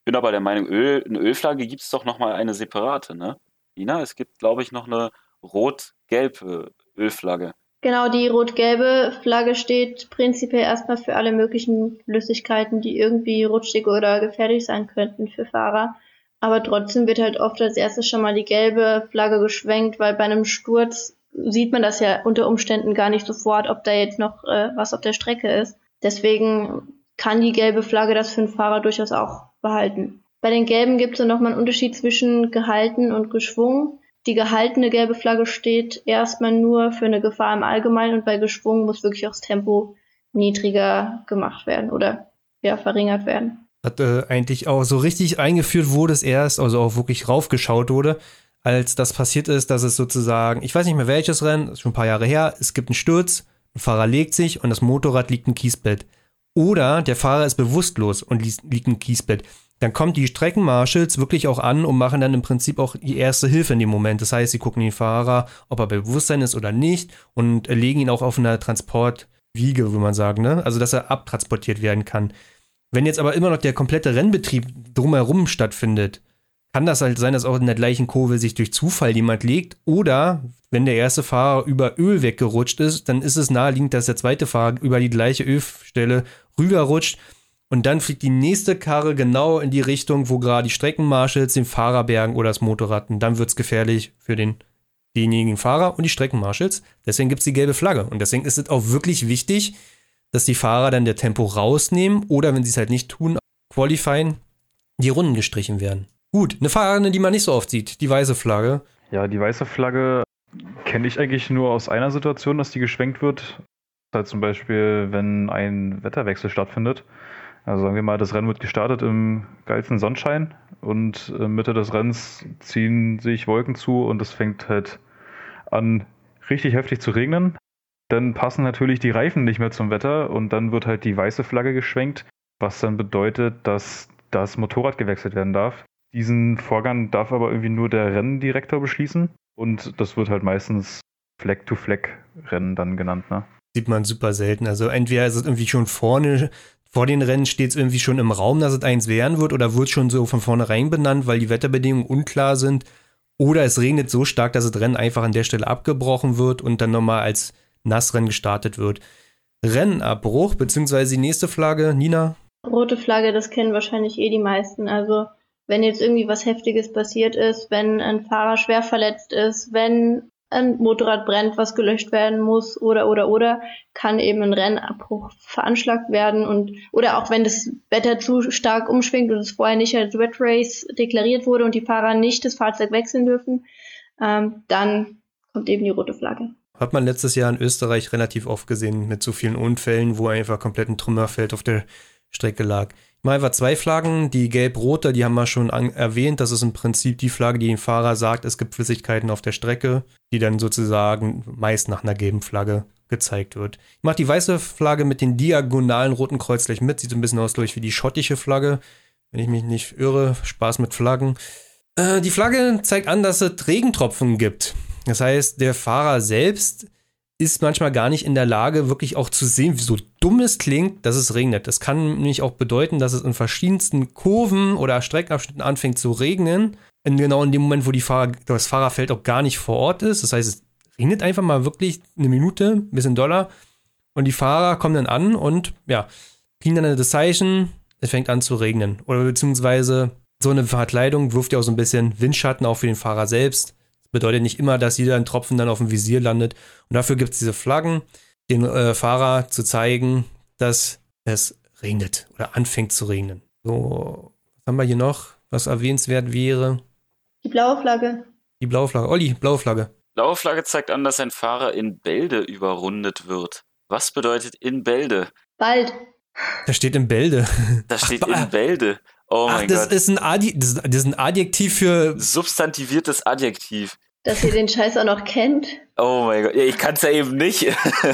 bin aber der Meinung, Öl, eine Ölflagge gibt es doch nochmal eine separate, ne? Nina, es gibt, glaube ich, noch eine rot-gelbe Ölflagge.
Genau, die rot-gelbe Flagge steht prinzipiell erstmal für alle möglichen Flüssigkeiten, die irgendwie rutschig oder gefährlich sein könnten für Fahrer. Aber trotzdem wird halt oft als erstes schon mal die gelbe Flagge geschwenkt, weil bei einem Sturz sieht man das ja unter Umständen gar nicht sofort, ob da jetzt noch äh, was auf der Strecke ist. Deswegen kann die gelbe Flagge das für den Fahrer durchaus auch behalten. Bei den gelben gibt es dann nochmal einen Unterschied zwischen gehalten und geschwungen. Die gehaltene gelbe Flagge steht erstmal nur für eine Gefahr im Allgemeinen und bei geschwungen muss wirklich auch das Tempo niedriger gemacht werden oder ja, verringert werden.
Hat äh, eigentlich auch so richtig eingeführt wurde es erst, also auch wirklich raufgeschaut wurde, als das passiert ist, dass es sozusagen, ich weiß nicht mehr welches Rennen, ist schon ein paar Jahre her, es gibt einen Sturz, ein Fahrer legt sich und das Motorrad liegt im Kiesbett. Oder der Fahrer ist bewusstlos und liegt im Kiesbett. Dann kommen die Streckenmarshals wirklich auch an und machen dann im Prinzip auch die erste Hilfe in dem Moment. Das heißt, sie gucken den Fahrer, ob er bei Bewusstsein ist oder nicht und legen ihn auch auf einer Transportwiege, würde man sagen, ne? Also, dass er abtransportiert werden kann. Wenn jetzt aber immer noch der komplette Rennbetrieb drumherum stattfindet, kann das halt sein, dass auch in der gleichen Kurve sich durch Zufall jemand legt oder wenn der erste Fahrer über Öl weggerutscht ist, dann ist es naheliegend, dass der zweite Fahrer über die gleiche Ölstelle rüberrutscht. Und dann fliegt die nächste Karre genau in die Richtung, wo gerade die Streckenmarshals den Fahrer bergen oder das Motorrad. Und dann wird es gefährlich für den, denjenigen Fahrer und die Streckenmarshals. Deswegen gibt es die gelbe Flagge. Und deswegen ist es auch wirklich wichtig, dass die Fahrer dann der Tempo rausnehmen oder, wenn sie es halt nicht tun, qualifyen, die Runden gestrichen werden. Gut, eine Fahrerin, die man nicht so oft sieht, die weiße Flagge.
Ja, die weiße Flagge kenne ich eigentlich nur aus einer Situation, dass die geschwenkt wird. Halt zum Beispiel, wenn ein Wetterwechsel stattfindet. Also sagen wir mal, das Rennen wird gestartet im geilsten Sonnenschein und in Mitte des Rennens ziehen sich Wolken zu und es fängt halt an, richtig heftig zu regnen. Dann passen natürlich die Reifen nicht mehr zum Wetter und dann wird halt die weiße Flagge geschwenkt, was dann bedeutet, dass das Motorrad gewechselt werden darf. Diesen Vorgang darf aber irgendwie nur der Renndirektor beschließen und das wird halt meistens Fleck-to-Fleck-Rennen dann genannt, ne?
Sieht man super selten. Also entweder ist es irgendwie schon vorne, vor den Rennen steht es irgendwie schon im Raum, dass es eins werden wird oder wird schon so von vornherein benannt, weil die Wetterbedingungen unklar sind. Oder es regnet so stark, dass das Rennen einfach an der Stelle abgebrochen wird und dann nochmal als Nassrennen gestartet wird. Rennabbruch, beziehungsweise die nächste Flagge, Nina?
Rote Flagge, das kennen wahrscheinlich eh die meisten. Also wenn jetzt irgendwie was Heftiges passiert ist, wenn ein Fahrer schwer verletzt ist, wenn ein Motorrad brennt, was gelöscht werden muss oder oder oder kann eben ein Rennabbruch veranschlagt werden und oder auch wenn das Wetter zu stark umschwingt und es vorher nicht als Wet Race deklariert wurde und die Fahrer nicht das Fahrzeug wechseln dürfen, ähm, dann kommt eben die rote Flagge.
Hat man letztes Jahr in Österreich relativ oft gesehen mit so vielen Unfällen, wo einfach komplett ein Trümmerfeld auf der Strecke lag. Mal einfach zwei Flaggen, die gelb-rote, die haben wir schon an- erwähnt, das ist im Prinzip die Flagge, die dem Fahrer sagt, es gibt Flüssigkeiten auf der Strecke, die dann sozusagen meist nach einer gelben Flagge gezeigt wird. Ich mache die weiße Flagge mit den diagonalen roten Kreuz gleich mit, sieht so ein bisschen aus, glaube ich, wie die schottische Flagge, wenn ich mich nicht irre, Spaß mit Flaggen. Äh, die Flagge zeigt an, dass es Regentropfen gibt. Das heißt, der Fahrer selbst ist manchmal gar nicht in der Lage, wirklich auch zu sehen, wie so dumm es klingt, dass es regnet. Das kann nämlich auch bedeuten, dass es in verschiedensten Kurven oder Streckenabschnitten anfängt zu regnen. Und genau in dem Moment, wo die Fahrer, das Fahrerfeld auch gar nicht vor Ort ist. Das heißt, es regnet einfach mal wirklich eine Minute, ein bisschen doller. Und die Fahrer kommen dann an und ja, kriegen dann das Zeichen, es fängt an zu regnen. Oder beziehungsweise so eine Verkleidung wirft ja auch so ein bisschen Windschatten auch für den Fahrer selbst. Bedeutet nicht immer, dass jeder ein Tropfen dann auf dem Visier landet. Und dafür gibt es diese Flaggen, den äh, Fahrer zu zeigen, dass es regnet oder anfängt zu regnen. So, was haben wir hier noch, was erwähnenswert wäre?
Die blaue Flagge.
Die blaue Flagge. Olli, blaue Flagge.
Blaue Flagge zeigt an, dass ein Fahrer in Bälde überrundet wird. Was bedeutet in Bälde?
Bald.
Da steht in Bälde.
Da steht
Ach,
in Bälde. Oh
Ach,
mein
das
Gott.
ist ein Adi- das, das ist ein Adjektiv für...
Substantiviertes Adjektiv.
Dass ihr den Scheiß auch noch kennt.
Oh mein Gott. Ja, ich kann es ja eben nicht.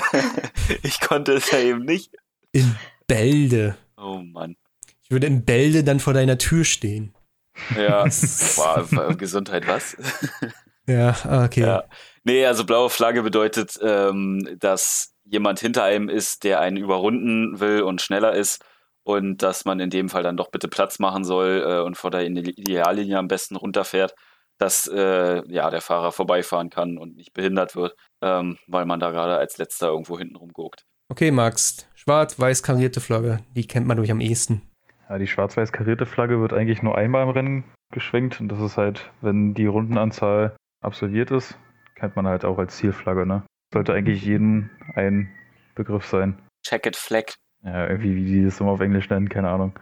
Ich konnte es ja eben nicht.
In Bälde.
Oh Mann.
Ich würde in Bälde dann vor deiner Tür stehen.
Ja. Boah, Gesundheit, was?
Ja, okay.
Ja. Nee, also blaue Flagge bedeutet, ähm, dass jemand hinter einem ist, der einen überrunden will und schneller ist. und dass man in dem Fall dann doch bitte Platz machen soll äh, und vor der Ideallinie am besten runterfährt, dass äh, ja, der Fahrer vorbeifahren kann und nicht behindert wird, ähm, weil man da gerade als Letzter irgendwo hinten rumguckt.
Okay, Max, schwarz-weiß karierte Flagge, die kennt man durch am ehesten.
Ja, die schwarz-weiß karierte Flagge wird eigentlich nur einmal im Rennen geschwenkt und das ist halt, wenn die Rundenanzahl absolviert ist, kennt man halt auch als Zielflagge, ne? Sollte eigentlich jedem ein Begriff sein.
Checkered Flag.
Ja, irgendwie, wie die das immer auf Englisch nennen, keine Ahnung.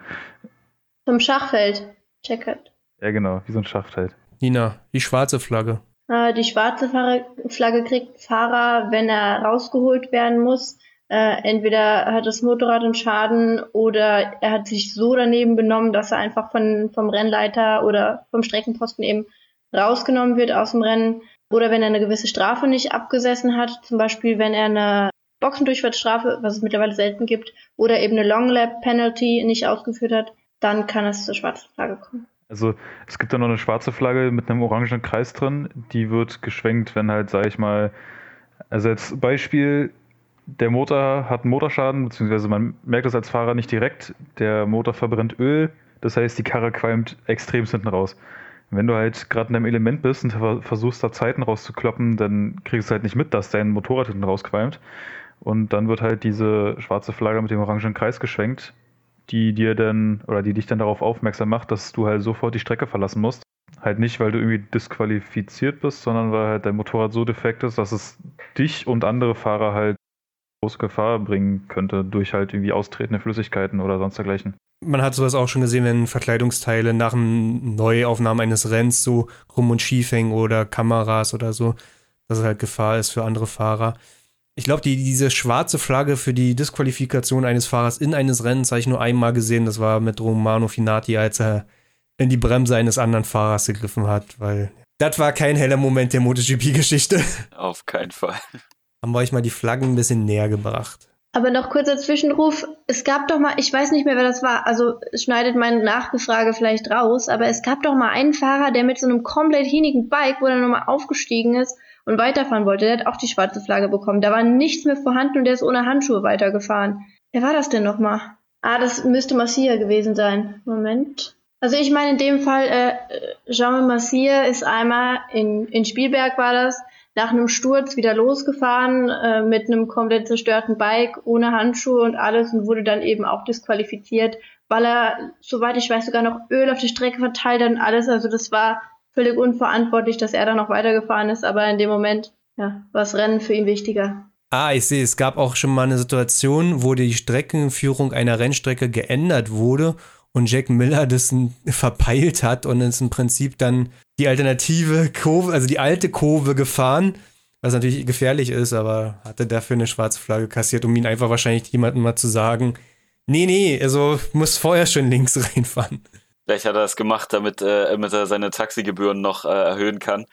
Zum Schachfeld. Checkered.
Ja, genau, wie so ein Schachfeld.
Nina, die schwarze Flagge.
Äh, die schwarze Flagge kriegt Fahrer, wenn er rausgeholt werden muss. Äh, entweder hat das Motorrad einen Schaden oder er hat sich so daneben benommen, dass er einfach von, vom Rennleiter oder vom Streckenposten eben rausgenommen wird aus dem Rennen. Oder wenn er eine gewisse Strafe nicht abgesessen hat, zum Beispiel wenn er eine Boxendurchfahrtsstrafe, was es mittlerweile selten gibt, oder eben eine Long Lap Penalty nicht ausgeführt hat, dann kann es zur schwarzen Flagge kommen.
Also es gibt da noch eine schwarze Flagge mit einem orangenen Kreis drin, die wird geschwenkt, wenn halt, sag ich mal, also als Beispiel, der Motor hat einen Motorschaden, beziehungsweise man merkt das als Fahrer nicht direkt, der Motor verbrennt Öl, das heißt die Karre qualmt extrem hinten raus. Wenn du halt gerade in deinem Element bist und versuchst da Zeiten rauszukloppen, dann kriegst du halt nicht mit, dass dein Motorrad hinten rausqualmt. Und dann wird halt diese schwarze Flagge mit dem orangenen Kreis geschwenkt, die dir dann, oder die dich dann darauf aufmerksam macht, dass du halt sofort die Strecke verlassen musst. Halt nicht, weil du irgendwie disqualifiziert bist, sondern weil halt dein Motorrad so defekt ist, dass es dich und andere Fahrer halt große Gefahr bringen könnte, durch halt irgendwie austretende Flüssigkeiten oder sonst dergleichen.
Man hat sowas auch schon gesehen, wenn Verkleidungsteile nach einem Neuaufnahme eines Rennens so krumm und schief hängen oder Kameras oder so, dass es halt Gefahr ist für andere Fahrer. Ich glaube, die, diese schwarze Flagge für die Disqualifikation eines Fahrers in eines Rennens habe ich nur einmal gesehen. Das war mit Romano Finati, als er in die Bremse eines anderen Fahrers gegriffen hat, weil das war kein heller Moment der MotoGP-Geschichte.
Auf keinen Fall.
Haben wir euch mal die Flaggen ein bisschen näher gebracht.
Aber noch kurzer Zwischenruf. Es gab doch mal, ich weiß nicht mehr, wer das war, also schneidet meine Nachgefrage vielleicht raus, aber es gab doch mal einen Fahrer, der mit so einem komplett hinigen Bike, wo er nochmal aufgestiegen ist und weiterfahren wollte, der hat auch die schwarze Flagge bekommen. Da war nichts mehr vorhanden und der ist ohne Handschuhe weitergefahren. Wer war das denn nochmal? Ah, das müsste Massier gewesen sein. Moment. Also ich meine in dem Fall, äh, Jean Massier ist einmal in, in Spielberg war das, nach einem Sturz wieder losgefahren äh, mit einem komplett zerstörten Bike, ohne Handschuhe und alles und wurde dann eben auch disqualifiziert, weil er, soweit ich weiß, sogar noch Öl auf die Strecke verteilt hat und alles. Also das war völlig unverantwortlich, dass er da noch weitergefahren ist, aber in dem Moment ja, war das Rennen für ihn wichtiger.
Ah, ich sehe, es gab auch schon mal eine Situation, wo die Streckenführung einer Rennstrecke geändert wurde und Jack Miller das verpeilt hat und ist im Prinzip dann die alternative Kurve, also die alte Kurve gefahren, was natürlich gefährlich ist, aber hatte dafür eine schwarze Flagge kassiert, um ihn einfach wahrscheinlich jemandem mal zu sagen, nee, nee, also muss vorher schon links reinfahren.
Vielleicht hat er das gemacht, damit, äh, damit er seine Taxigebühren noch äh, erhöhen kann.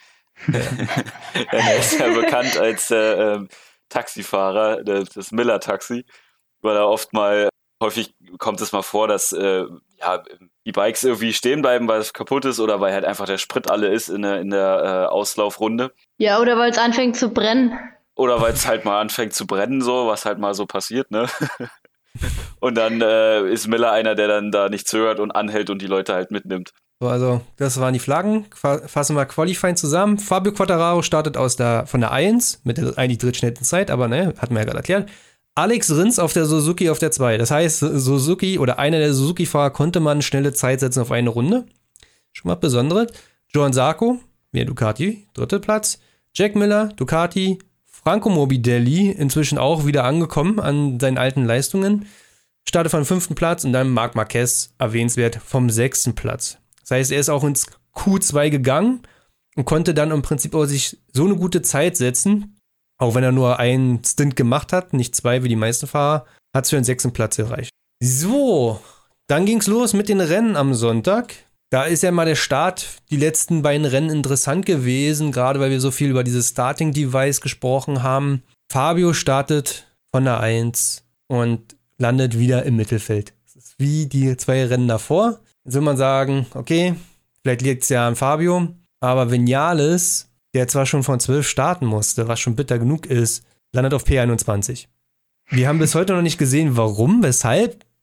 Er ist ja bekannt als äh, äh, Taxifahrer, das Miller-Taxi, weil er oft mal, häufig kommt es mal vor, dass äh, ja, die Bikes irgendwie stehen bleiben, weil es kaputt ist oder weil halt einfach der Sprit alle ist in der, in der äh, Auslaufrunde.
Ja, oder weil es anfängt zu brennen.
Oder weil es halt mal anfängt zu brennen, so, was halt mal so passiert, ne? Und dann äh, ist Miller einer, der dann da nicht zögert und anhält und die Leute halt mitnimmt.
So, also, das waren die Flaggen. Fassen wir Qualifying zusammen. Fabio Quartararo startet aus der, von der eins mit der eigentlich drittschnellsten Zeit, aber ne, hatten wir ja gerade erklärt. Alex Rins auf der Suzuki auf der zwei. Das heißt, Suzuki oder einer der Suzuki-Fahrer konnte man schnelle Zeit setzen auf eine Runde. Schon mal Besonderes. Johann Zarco, via Ducati, dritter Platz. Jack Miller, Ducati. Franco Morbidelli, inzwischen auch wieder angekommen an seinen alten Leistungen. Startet vom fünften Platz und dann Marc Marquez, erwähnenswert, vom sechsten Platz. Das heißt, er ist auch ins Q zwei gegangen und konnte dann im Prinzip auch sich so eine gute Zeit setzen, auch wenn er nur einen Stint gemacht hat, nicht zwei wie die meisten Fahrer, hat es für den sechsten Platz erreicht. So, dann ging's los mit den Rennen am Sonntag. Da ist ja mal der Start, die letzten beiden Rennen interessant gewesen, gerade weil wir so viel über dieses Starting-Device gesprochen haben. Fabio startet von der eins und landet wieder im Mittelfeld. Das ist wie die zwei Rennen davor. Jetzt will man sagen, okay, vielleicht liegt es ja an Fabio, aber Vinales, der zwar schon von zwölf starten musste, was schon bitter genug ist, landet auf P einundzwanzig. Wir haben bis heute noch nicht gesehen, warum, weshalb.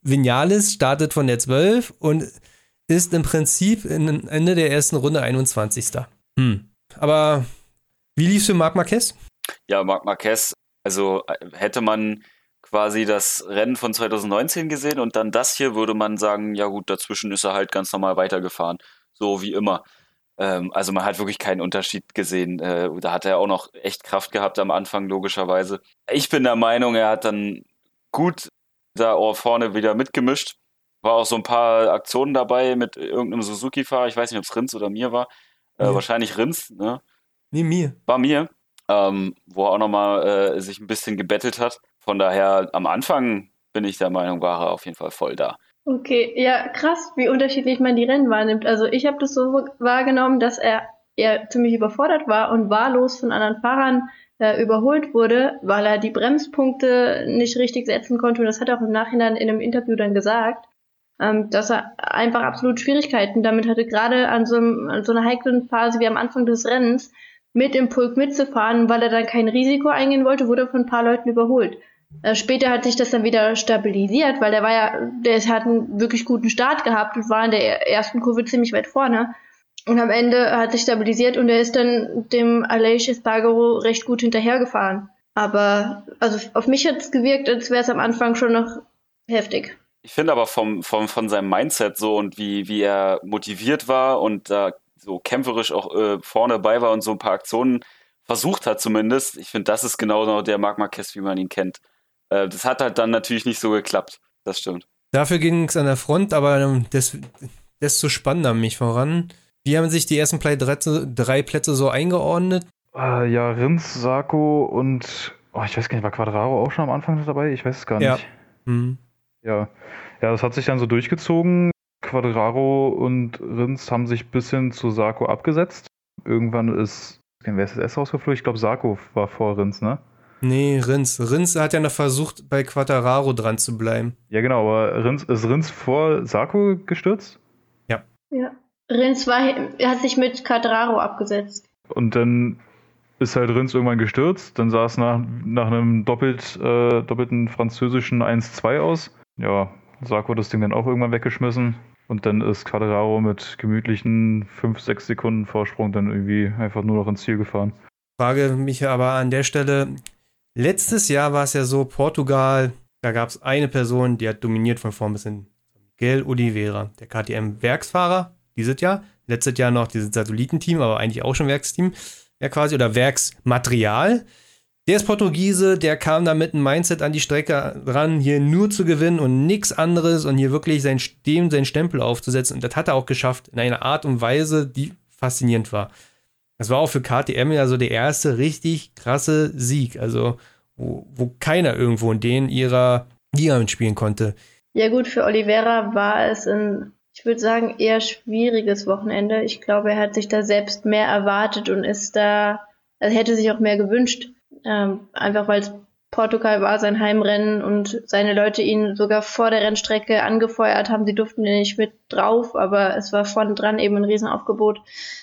Vinales startet von der zwölf und ist im Prinzip in Ende der ersten Runde einundzwanzigster Hm. Aber wie lief's für Marc Marquez?
Ja, Marc Marquez, also hätte man quasi das Rennen von zwanzig neunzehn gesehen und dann das hier, würde man sagen, ja gut, dazwischen ist er halt ganz normal weitergefahren, so wie immer. Ähm, also man hat wirklich keinen Unterschied gesehen. Äh, da hat er auch noch echt Kraft gehabt am Anfang, logischerweise. Ich bin der Meinung, er hat dann gut da auch vorne wieder mitgemischt. War auch so ein paar Aktionen dabei mit irgendeinem Suzuki-Fahrer, ich weiß nicht, ob es Rins oder mir war. Äh,
Ja.
Wahrscheinlich Rins, ne?
Nee, mir.
War mir, ähm, wo er auch nochmal äh, sich ein bisschen gebettelt hat. Von daher, am Anfang bin ich der Meinung, war er auf jeden Fall voll da.
Okay, ja, krass, wie unterschiedlich man die Rennen wahrnimmt. Also ich habe das so wahrgenommen, dass er eher ziemlich überfordert war und wahllos von anderen Fahrern äh, überholt wurde, weil er die Bremspunkte nicht richtig setzen konnte. Und das hat er auch im Nachhinein in einem Interview dann gesagt, ähm, dass er einfach absolut Schwierigkeiten damit hatte, gerade an so, einem, an so einer heiklen Phase wie am Anfang des Rennens mit im Pulk mitzufahren, weil er dann kein Risiko eingehen wollte, wurde er von ein paar Leuten überholt. Äh, später hat sich das dann wieder stabilisiert, weil der war ja, der hat einen wirklich guten Start gehabt und war in der ersten Kurve ziemlich weit vorne. Und am Ende hat sich stabilisiert und er ist dann dem Aleix Espargaro recht gut hinterhergefahren. Aber also auf mich hat es gewirkt, als wäre es am Anfang schon noch heftig.
Ich finde aber vom, vom, von seinem Mindset so und wie, wie er motiviert war und da äh, so kämpferisch auch äh, vorne bei war und so ein paar Aktionen versucht hat zumindest. Ich finde, das ist genau noch der Marc Marquez, wie man ihn kennt. Äh, das hat halt dann natürlich nicht so geklappt. Das stimmt.
Dafür ging es an der Front, aber des, desto spannender mich voran. Wie haben sich die ersten drei, drei Plätze so eingeordnet?
Äh, ja, Rins, Sarko und, oh, ich weiß gar nicht, war Quadraro auch schon am Anfang dabei? Ich weiß es gar nicht.
Ja. Hm.
Ja. Ja, das hat sich dann so durchgezogen. Quadraro und Rins haben sich ein bisschen zu Sarko abgesetzt. Irgendwann ist, wer ist das erst rausgeflogen? Ich glaube, Sarko war vor Rins, ne?
Nee, Rins. Rins hat ja noch versucht, bei Quattararo dran zu bleiben.
Ja, genau, aber Rins, ist Rins vor Sarko gestürzt?
Ja.
Ja. Rins war, er hat sich mit Quadraro abgesetzt.
Und dann ist halt Rins irgendwann gestürzt. Dann sah es nach, nach einem doppelt, äh, doppelten französischen eins zwei aus. Ja, Sarko hat das Ding dann auch irgendwann weggeschmissen. Und dann ist Quadraro mit gemütlichen fünf, sechs Sekunden Vorsprung dann irgendwie einfach nur noch ins Ziel gefahren.
Frage mich aber an der Stelle, letztes Jahr war es ja so, Portugal, da gab es eine Person, die hat dominiert von vorn bis hin. Miguel Oliveira, der K T M-Werksfahrer, dieses Jahr. Letztes Jahr noch dieses Satellitenteam, aber eigentlich auch schon Werksteam, ja quasi, oder Werksmaterial. Der ist Portugiese, der kam da mit einem Mindset an die Strecke ran, hier nur zu gewinnen und nichts anderes und hier wirklich sein, dem seinen Stempel aufzusetzen. Und das hat er auch geschafft, in einer Art und Weise, die faszinierend war. Das war auch für K T M ja so der erste richtig krasse Sieg, also wo, wo keiner irgendwo in denen ihrer Liga mitspielen konnte.
Ja gut, für Oliveira war es ein, ich würde sagen, eher schwieriges Wochenende. Ich glaube, er hat sich da selbst mehr erwartet und ist da, also hätte sich auch mehr gewünscht. Ähm, einfach weil es Portugal war, sein Heimrennen und seine Leute ihn sogar vor der Rennstrecke angefeuert haben. Sie durften ja nicht mit drauf, aber es war vorne dran eben ein Riesenaufgebot.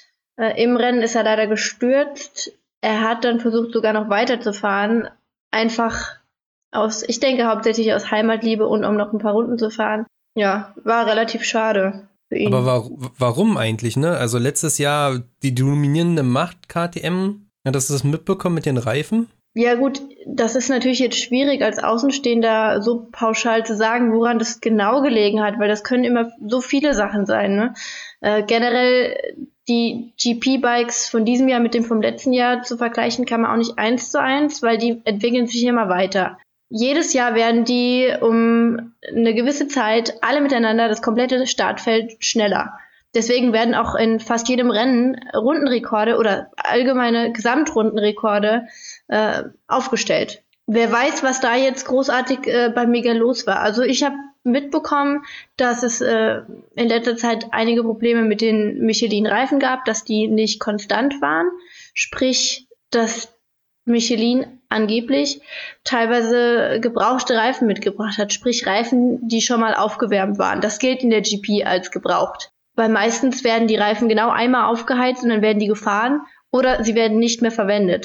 Äh, im Rennen ist er leider gestürzt. Er hat dann versucht, sogar noch weiterzufahren. Einfach aus, ich denke hauptsächlich aus Heimatliebe und um noch ein paar Runden zu fahren. Ja, war relativ schade für ihn.
Aber war, warum eigentlich, ne? Also letztes Jahr die dominierende Macht K T M, hat das das mitbekommen mit den Reifen?
Ja gut, das ist natürlich jetzt schwierig als Außenstehender so pauschal zu sagen, woran das genau gelegen hat, weil das können immer so viele Sachen sein, ne? Äh, generell die G P-Bikes von diesem Jahr mit dem vom letzten Jahr zu vergleichen, kann man auch nicht eins zu eins, weil die entwickeln sich immer weiter. Jedes Jahr werden die um eine gewisse Zeit alle miteinander das komplette Startfeld schneller. Deswegen werden auch in fast jedem Rennen Rundenrekorde oder allgemeine Gesamtrundenrekorde äh, aufgestellt. Wer weiß, was da jetzt großartig äh, bei Miguel los war. Also ich habe mitbekommen, dass es äh, in letzter Zeit einige Probleme mit den Michelin-Reifen gab, dass die nicht konstant waren. Sprich, dass Michelin angeblich teilweise gebrauchte Reifen mitgebracht hat. Sprich, Reifen, die schon mal aufgewärmt waren. Das gilt in der G P als gebraucht. Weil meistens werden die Reifen genau einmal aufgeheizt und dann werden die gefahren oder sie werden nicht mehr verwendet.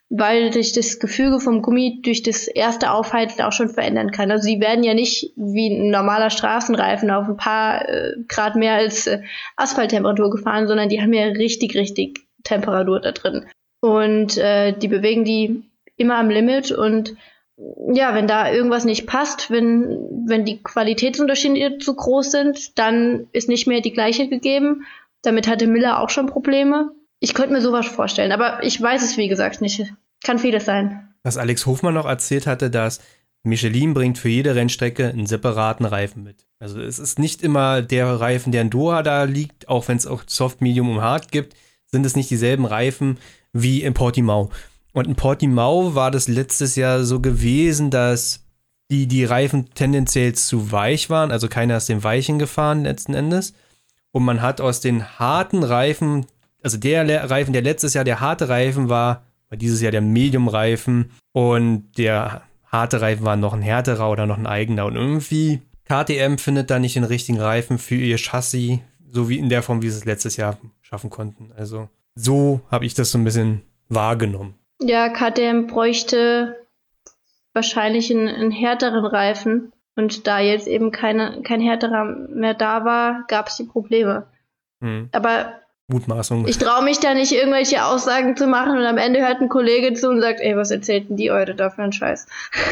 weil sich das Gefüge vom Gummi durch das erste Aufheizen auch schon verändern kann. Also die werden ja nicht wie ein normaler Straßenreifen auf ein paar äh, Grad mehr als äh, Asphalttemperatur gefahren, sondern die haben ja richtig, richtig Temperatur da drin. Und äh, die bewegen die immer am Limit und ja, wenn da irgendwas nicht passt, wenn, wenn die Qualitätsunterschiede zu groß sind, dann ist nicht mehr die gleiche gegeben. Damit hatte Miller auch schon Probleme. Ich könnte mir sowas vorstellen, aber ich weiß es, wie gesagt, nicht. Kann vieles sein.
Was Alex Hofmann noch erzählt hatte, dass Michelin bringt für jede Rennstrecke einen separaten Reifen mit. Also es ist nicht immer der Reifen, der in Doha da liegt, auch wenn es auch Soft, Medium und Hard gibt, sind es nicht dieselben Reifen wie in Portimao. Und in Portimao war das letztes Jahr so gewesen, dass die, die Reifen tendenziell zu weich waren, also keiner ist den Weichen gefahren letzten Endes. Und man hat aus den harten Reifen, also der Le- Reifen, der letztes Jahr der harte Reifen war, war dieses Jahr der Medium-Reifen und der harte Reifen war noch ein härterer oder noch ein eigener. Und irgendwie K T M findet da nicht den richtigen Reifen für ihr Chassis, so wie in der Form, wie sie es letztes Jahr schaffen konnten. Also so habe ich das so ein bisschen wahrgenommen.
Ja, K T M bräuchte wahrscheinlich einen, einen härteren Reifen. Und da jetzt eben keine, kein härterer mehr da war, gab es die Probleme.
Hm.
Aber
Mutmaßung.
ich traue mich da nicht, irgendwelche Aussagen zu machen und am Ende hört ein Kollege zu und sagt, ey, was erzählten die heute da für einen Scheiß?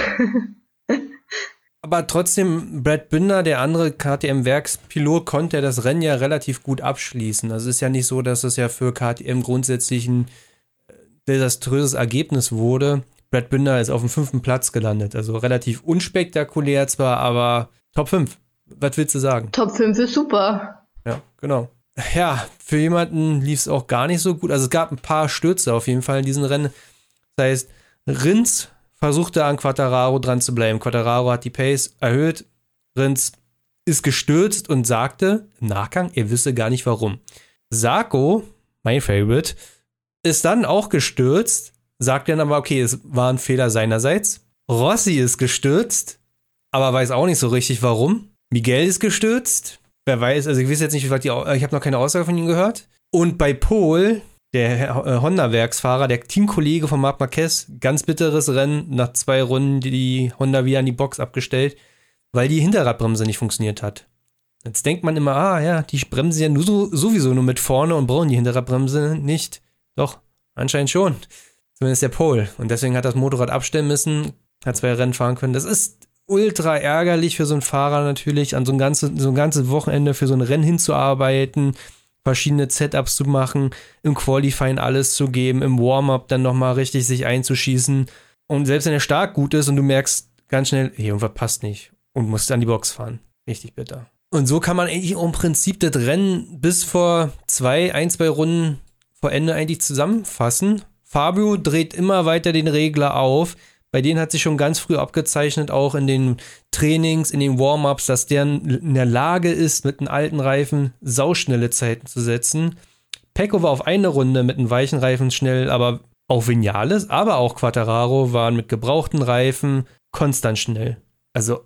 Aber trotzdem, Brad Binder, der andere K T M-Werkspilot, konnte das Rennen ja relativ gut abschließen. Also es ist ja nicht so, dass es ja für K T M grundsätzlich ein desaströses Ergebnis wurde. Brad Binder ist auf dem fünften Platz gelandet. Also relativ unspektakulär zwar, aber Top fünf. Was willst du sagen?
Top fünf ist super.
Ja, genau. Ja, für jemanden lief es auch gar nicht so gut. Also es gab ein paar Stürze auf jeden Fall in diesem Rennen. Das heißt, Rins versuchte an Quartararo dran zu bleiben. Quartararo hat die Pace erhöht. Rins ist gestürzt und sagte im Nachgang, er wisse gar nicht warum. Sarko, mein Favorite, ist dann auch gestürzt, sagt dann aber, okay, es war ein Fehler seinerseits. Rossi ist gestürzt, aber weiß auch nicht so richtig warum. Miguel ist gestürzt. Wer weiß, also ich weiß jetzt nicht, wie weit die, ich habe noch keine Aussage von ihm gehört. Und bei Pol, der äh, Honda-Werksfahrer, der Teamkollege von Marc Marquez, ganz bitteres Rennen, nach zwei Runden die Honda wieder an die Box abgestellt, weil die Hinterradbremse nicht funktioniert hat. Jetzt denkt man immer, ah ja, die bremsen ja nur so, sowieso nur mit vorne und brauchen die Hinterradbremse nicht. Doch, anscheinend schon. Zumindest der Pol. Und deswegen hat das Motorrad abstellen müssen, hat zwei Rennen fahren können. Das ist ultra ärgerlich für so einen Fahrer natürlich, an so ein ganzes, so ein ganzes Wochenende für so ein Rennen hinzuarbeiten, verschiedene Setups zu machen, im Qualifying alles zu geben, im Warm-up dann nochmal richtig sich einzuschießen. Und selbst wenn er stark gut ist und du merkst ganz schnell, hey, irgendwas passt nicht und musst an die Box fahren. Richtig bitter. Und so kann man eigentlich im Prinzip das Rennen bis vor zwei, ein, zwei Runden vor Ende eigentlich zusammenfassen. Fabio dreht immer weiter den Regler auf. Bei denen hat sich schon ganz früh abgezeichnet, auch in den Trainings, in den Warm-Ups, dass der in der Lage ist, mit einem alten Reifen sauschnelle Zeiten zu setzen. Pecco war auf eine Runde mit einem weichen Reifen schnell, aber auch Vinales, aber auch Quartararo waren mit gebrauchten Reifen konstant schnell. Also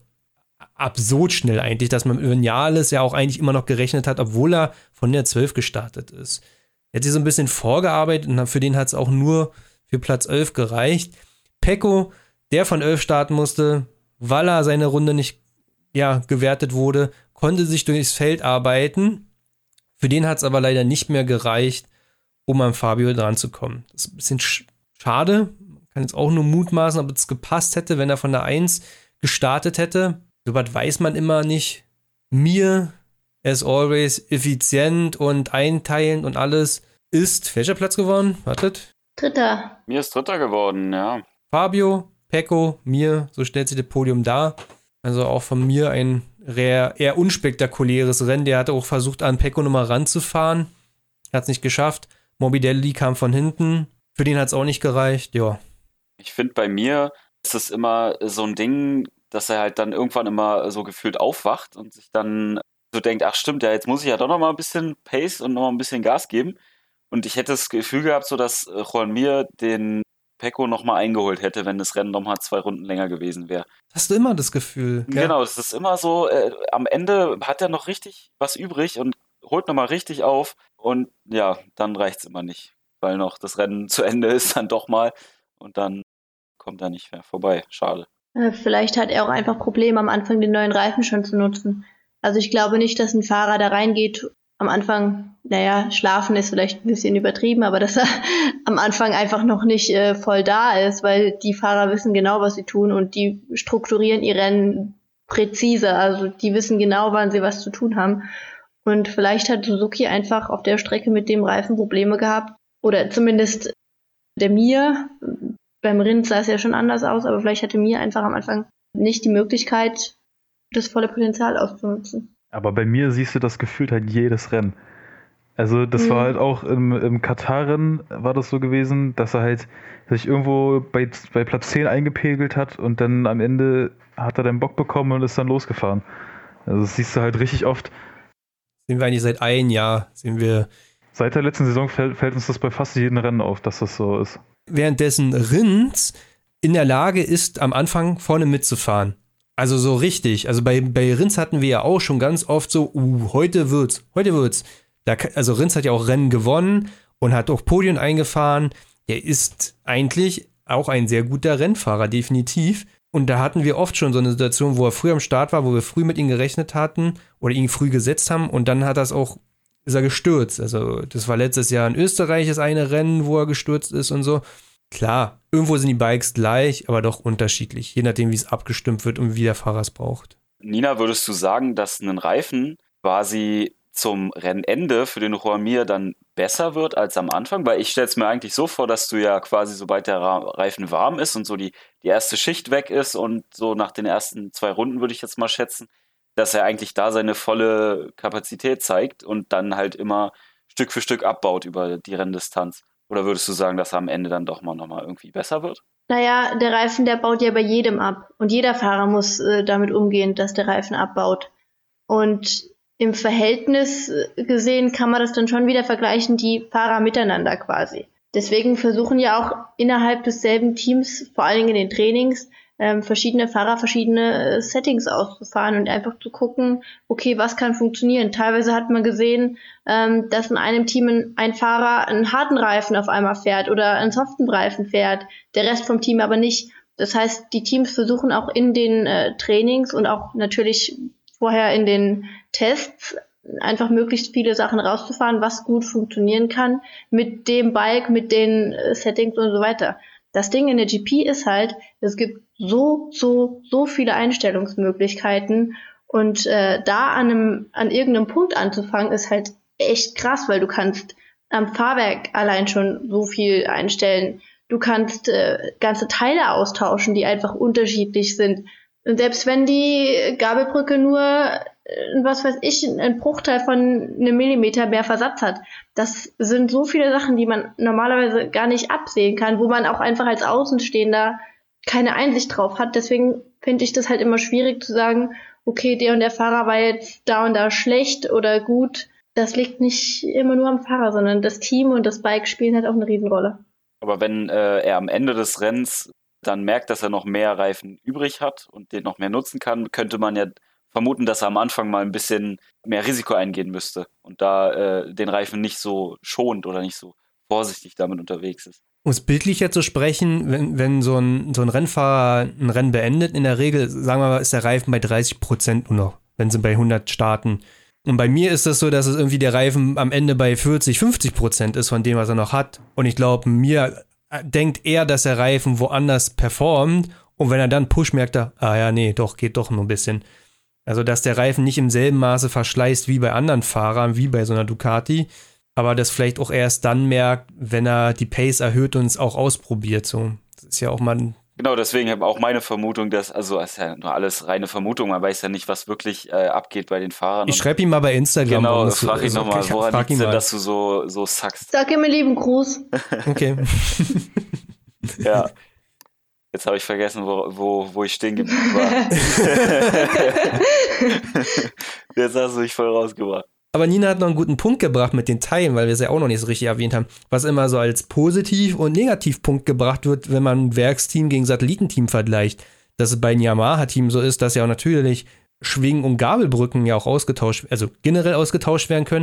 absurd schnell eigentlich, dass man mit Vinales ja auch eigentlich immer noch gerechnet hat, obwohl er von der zwölf gestartet ist. Er hat sich so ein bisschen vorgearbeitet und für den hat es auch nur für Platz elf gereicht. Pecco, der von elf starten musste, weil er seine Runde nicht ja, gewertet wurde, konnte sich durchs Feld arbeiten. Für den hat es aber leider nicht mehr gereicht, um an Fabio dran zu kommen. Das ist ein bisschen sch- schade. Man kann jetzt auch nur mutmaßen, ob es gepasst hätte, wenn er von der eins gestartet hätte. So was weiß man immer nicht. Mir, as always, effizient und einteilend und alles, ist welcher Platz geworden? Wartet.
Dritter.
Mir ist Dritter geworden, ja.
Fabio, Pecco, Mir, so stellt sich das Podium dar. Also auch von Mir ein eher, eher unspektakuläres Rennen. Der hatte auch versucht, an Pecco nochmal ranzufahren. Hat es nicht geschafft. Morbidelli kam von hinten. Für den hat es auch nicht gereicht. Ja.
Ich finde, bei Mir ist es immer so ein Ding, dass er halt dann irgendwann immer so gefühlt aufwacht und sich dann so denkt, ach stimmt, ja, jetzt muss ich ja doch nochmal ein bisschen Pace und nochmal ein bisschen Gas geben. Und ich hätte das Gefühl gehabt, so dass Juan Mir den Pecco nochmal eingeholt hätte, wenn das Rennen nochmal zwei Runden länger gewesen wäre.
Hast du immer das Gefühl? Gell?
Genau, das ist immer so, äh, am Ende hat er noch richtig was übrig und holt nochmal richtig auf und ja, dann reicht es immer nicht, weil noch das Rennen zu Ende ist dann doch mal und dann kommt er nicht mehr vorbei. Schade.
Vielleicht hat er auch einfach Probleme, am Anfang den neuen Reifen schon zu nutzen. Also ich glaube nicht, dass ein Fahrer da reingeht, am Anfang, naja, schlafen ist vielleicht ein bisschen übertrieben, aber dass er am Anfang einfach noch nicht äh, voll da ist, weil die Fahrer wissen genau, was sie tun und die strukturieren ihr Rennen präzise. Also die wissen genau, wann sie was zu tun haben. Und vielleicht hat Suzuki einfach auf der Strecke mit dem Reifen Probleme gehabt. Oder zumindest der Mir. Beim Rins sah es ja schon anders aus, aber vielleicht hatte Mir einfach am Anfang nicht die Möglichkeit, das volle Potenzial auszunutzen.
Aber bei mir siehst du das gefühlt halt jedes Rennen. Also das mhm. war halt auch im, im Katar-Rennen war das so gewesen, dass er halt sich irgendwo bei, bei Platz zehn eingepegelt hat und dann am Ende hat er den Bock bekommen und ist dann losgefahren. Also das siehst du halt richtig oft.
Sehen wir eigentlich seit einem Jahr, sehen wir...
Seit der letzten Saison fällt, fällt uns das bei fast jedem Rennen auf, dass das so ist.
Währenddessen Rins in der Lage ist, am Anfang vorne mitzufahren. Also so richtig. Also bei, bei Rins hatten wir ja auch schon ganz oft so, uh, heute wird's, heute wird's. Da, also Rins hat ja auch Rennen gewonnen und hat auch Podien eingefahren. Der ist eigentlich auch ein sehr guter Rennfahrer, definitiv. Und da hatten wir oft schon so eine Situation, wo er früh am Start war, wo wir früh mit ihm gerechnet hatten oder ihn früh gesetzt haben und dann hat das auch ist er gestürzt. Also das war letztes Jahr in Österreich das eine Rennen, wo er gestürzt ist und so. Klar, irgendwo sind die Bikes gleich, aber doch unterschiedlich, je nachdem, wie es abgestimmt wird und wie der Fahrer es braucht.
Nina, würdest du sagen, dass ein Reifen quasi zum Rennende für den Joan Mir dann besser wird als am Anfang? Weil ich stelle es mir eigentlich so vor, dass du ja quasi, sobald der Reifen warm ist und so die, die erste Schicht weg ist und so nach den ersten zwei Runden, würde ich jetzt mal schätzen, dass er eigentlich da seine volle Kapazität zeigt und dann halt immer Stück für Stück abbaut über die Renndistanz. Oder würdest du sagen, dass er am Ende dann doch mal nochmal irgendwie besser wird?
Naja, der Reifen, der baut ja bei jedem ab. Und jeder Fahrer muss äh, damit umgehen, dass der Reifen abbaut. Und im Verhältnis gesehen kann man das dann schon wieder vergleichen, die Fahrer miteinander quasi. Deswegen versuchen ja auch innerhalb desselben Teams, vor allen Dingen in den Trainings, ähm, verschiedene Fahrer verschiedene äh, Settings auszufahren und einfach zu gucken, okay, was kann funktionieren. Teilweise hat man gesehen, ähm, dass in einem Team ein, ein Fahrer einen harten Reifen auf einmal fährt oder einen soften Reifen fährt, der Rest vom Team aber nicht. Das heißt, die Teams versuchen auch in den äh, Trainings und auch natürlich vorher in den Tests einfach möglichst viele Sachen rauszufahren, was gut funktionieren kann mit dem Bike, mit den äh, Settings und so weiter. Das Ding in der G P ist halt, es gibt so, so, so viele Einstellungsmöglichkeiten und äh, da an einem, an irgendeinem Punkt anzufangen, ist halt echt krass, weil du kannst am Fahrwerk allein schon so viel einstellen. Du kannst äh, ganze Teile austauschen, die einfach unterschiedlich sind. Und selbst wenn die Gabelbrücke nur, was weiß ich, ein Bruchteil von einem Millimeter mehr Versatz hat, das sind so viele Sachen, die man normalerweise gar nicht absehen kann, wo man auch einfach als Außenstehender keine Einsicht drauf hat. Deswegen finde ich das halt immer schwierig zu sagen, okay, der und der Fahrer war jetzt da und da schlecht oder gut. Das liegt nicht immer nur am Fahrer, sondern das Team und das Bike spielen halt auch eine Riesenrolle.
Aber wenn äh, er am Ende des Rennens dann merkt, dass er noch mehr Reifen übrig hat und den noch mehr nutzen kann, könnte man ja vermuten, dass er am Anfang mal ein bisschen mehr Risiko eingehen müsste und da äh, den Reifen nicht so schont oder nicht so vorsichtig damit unterwegs ist.
Um es bildlicher zu sprechen, wenn, wenn so, ein, so ein Rennfahrer ein Rennen beendet, in der Regel, sagen wir mal, ist der Reifen bei dreißig Prozent nur noch, wenn sie bei hundert starten. Und bei mir ist das so, dass es irgendwie der Reifen am Ende bei vierzig, fünfzig Prozent ist von dem, was er noch hat. Und ich glaube, mir denkt er, dass der Reifen woanders performt und wenn er dann Push merkt er, ah ja, nee, doch, geht doch nur ein bisschen. Also, dass der Reifen nicht im selben Maße verschleißt wie bei anderen Fahrern, wie bei so einer Ducati, aber das vielleicht auch erst dann merkt, wenn er die Pace erhöht und es auch ausprobiert. So, das ist ja auch mal ein
Genau, deswegen habe auch meine Vermutung, dass, also es ist ja nur alles reine Vermutung, man weiß ja nicht, was wirklich äh, abgeht bei den Fahrern.
Ich schreibe ihn mal bei Instagram.
Genau, frag ihn
also,
nochmal,
okay,
woran liegt
denn,
denn, dass du so, so sackst?
Sag ihm einen lieben Gruß.
Okay.
Ja, jetzt habe ich vergessen, wo, wo, wo ich stehen geblieben war. Jetzt hast du mich voll rausgebracht.
Aber Nina hat noch einen guten Punkt gebracht mit den Teilen, weil wir es ja auch noch nicht so richtig erwähnt haben, was immer so als Positiv- und Negativpunkt gebracht wird, wenn man ein Werksteam gegen Satellitenteam vergleicht. Dass es bei einem Yamaha-Team so ist, dass ja auch natürlich Schwingen- und Gabelbrücken ja auch ausgetauscht, also generell ausgetauscht werden können.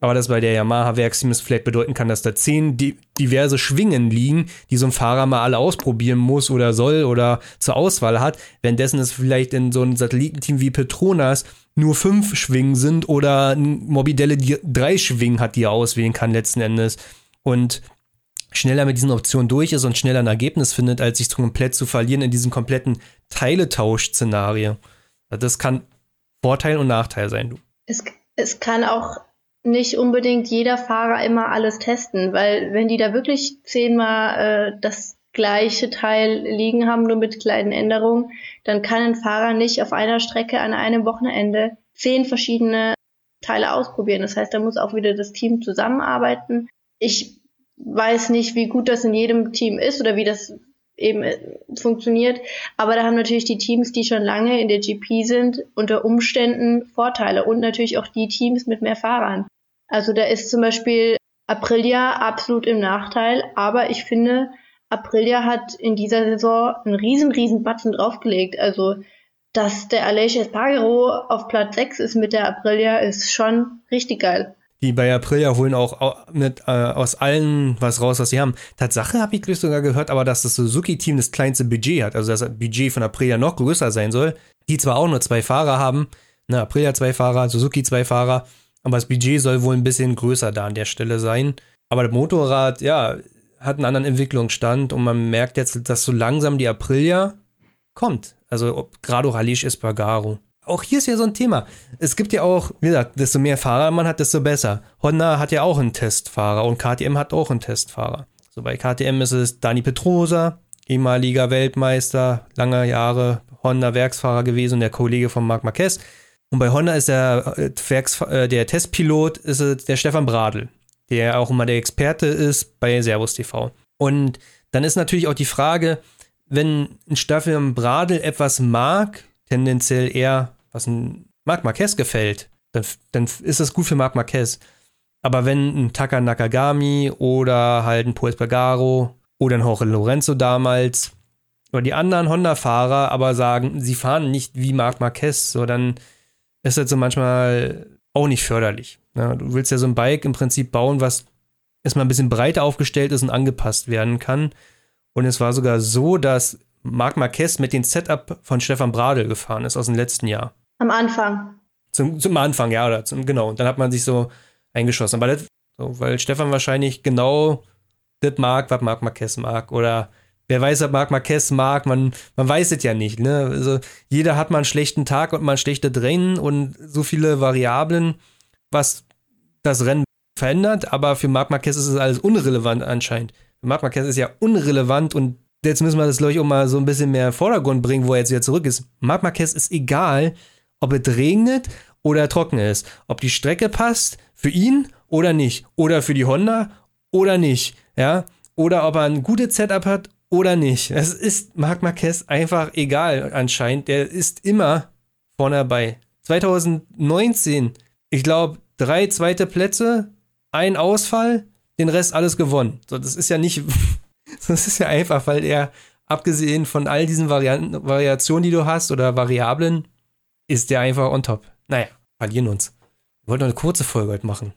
aber das bei der Yamaha-Werksteam vielleicht bedeuten kann, dass da zehn di- diverse Schwingen liegen, die so ein Fahrer mal alle ausprobieren muss oder soll oder zur Auswahl hat, währenddessen es vielleicht in so einem Satellitenteam wie Petronas nur fünf Schwingen sind oder ein Morbidelli die drei Schwingen hat, die er auswählen kann letzten Endes und schneller mit diesen Optionen durch ist und schneller ein Ergebnis findet, als sich komplett zu verlieren in diesem kompletten Teiletausch-Szenario. Das kann Vorteil und Nachteil sein, du.
Es, es kann auch nicht unbedingt jeder Fahrer immer alles testen, weil wenn die da wirklich zehnmal äh, das gleiche Teil liegen haben, nur mit kleinen Änderungen, dann kann ein Fahrer nicht auf einer Strecke an einem Wochenende zehn verschiedene Teile ausprobieren. Das heißt, da muss auch wieder das Team zusammenarbeiten. Ich weiß nicht, wie gut das in jedem Team ist oder wie das eben funktioniert, aber da haben natürlich die Teams, die schon lange in der G P sind, unter Umständen Vorteile und natürlich auch die Teams mit mehr Fahrern. Also da ist zum Beispiel Aprilia absolut im Nachteil, aber ich finde, Aprilia hat in dieser Saison einen riesen, riesen Batzen draufgelegt. Also, dass der Aleix Espargaro auf Platz sechs ist mit der Aprilia, ist schon richtig geil.
Die bei Aprilia holen auch mit, äh, aus allen was raus, was sie haben. Tatsache habe ich sogar gehört, aber dass das Suzuki-Team das kleinste Budget hat, also dass das Budget von Aprilia noch größer sein soll. Die zwar auch nur zwei Fahrer haben, ne, Aprilia zwei Fahrer, Suzuki zwei Fahrer, aber das Budget soll wohl ein bisschen größer da an der Stelle sein. Aber das Motorrad, ja, hat einen anderen Entwicklungsstand und man merkt jetzt, dass so langsam die Aprilia kommt. Also gerade auch Aleix Espargaro. Auch hier ist ja so ein Thema. Es gibt ja auch, wie gesagt, desto mehr Fahrer man hat, desto besser. Honda hat ja auch einen Testfahrer und K T M hat auch einen Testfahrer. So bei K T M ist es Dani Pedrosa, ehemaliger Weltmeister, lange Jahre Honda-Werksfahrer gewesen und der Kollege von Marc Marquez. Und bei Honda ist der, äh, Werks, äh, der Testpilot ist es der Stefan Bradl, der auch immer der Experte ist bei Servus T V. Und dann ist natürlich auch die Frage, wenn ein Stefan Bradl etwas mag, tendenziell eher, was ein Marc Marquez gefällt, dann, dann ist das gut für Marc Marquez. Aber wenn ein Taka Nakagami oder halt ein Pol Espargaro oder ein Jorge Lorenzo damals oder die anderen Honda-Fahrer aber sagen, sie fahren nicht wie Marc Marquez, so dann ist das so manchmal auch nicht förderlich. Ja, du willst ja so ein Bike im Prinzip bauen, was erstmal ein bisschen breiter aufgestellt ist und angepasst werden kann. Und es war sogar so, dass Marc Marquez mit dem Setup von Stefan Bradl gefahren ist aus dem letzten Jahr.
Am Anfang.
Zum, zum Anfang, ja, oder zum, genau. Und dann hat man sich so eingeschossen. Aber das, so, weil Stefan wahrscheinlich genau das mag, was Marc Marquez mag. Oder wer weiß, was Marc Marquez mag, man, man weiß es ja nicht. Ne? Also jeder hat mal einen schlechten Tag und mal ein schlechtes Rennen und so viele Variablen, was das Rennen verändert. Aber für Marc Marquez ist es alles unrelevant anscheinend. Für Marc Marquez ist ja unrelevant und jetzt müssen wir das, glaube ich, auch mal so ein bisschen mehr in den Vordergrund bringen, wo er jetzt wieder zurück ist. Marc Marquez ist egal, ob es regnet oder trocken ist. Ob die Strecke passt für ihn oder nicht. Oder für die Honda oder nicht. Ja? Oder ob er ein gutes Setup hat oder nicht. Es ist Marc Marquez einfach egal anscheinend. Der ist immer vorne dabei. zwanzig neunzehn, ich glaube, drei zweite Plätze, ein Ausfall, den Rest alles gewonnen. So, das ist ja nicht... Das ist ja einfach, weil er, abgesehen von all diesen Varianten, Variationen, die du hast oder Variablen, ist der einfach on top. Naja, verlieren uns. Wir wollten noch eine kurze Folge heute machen.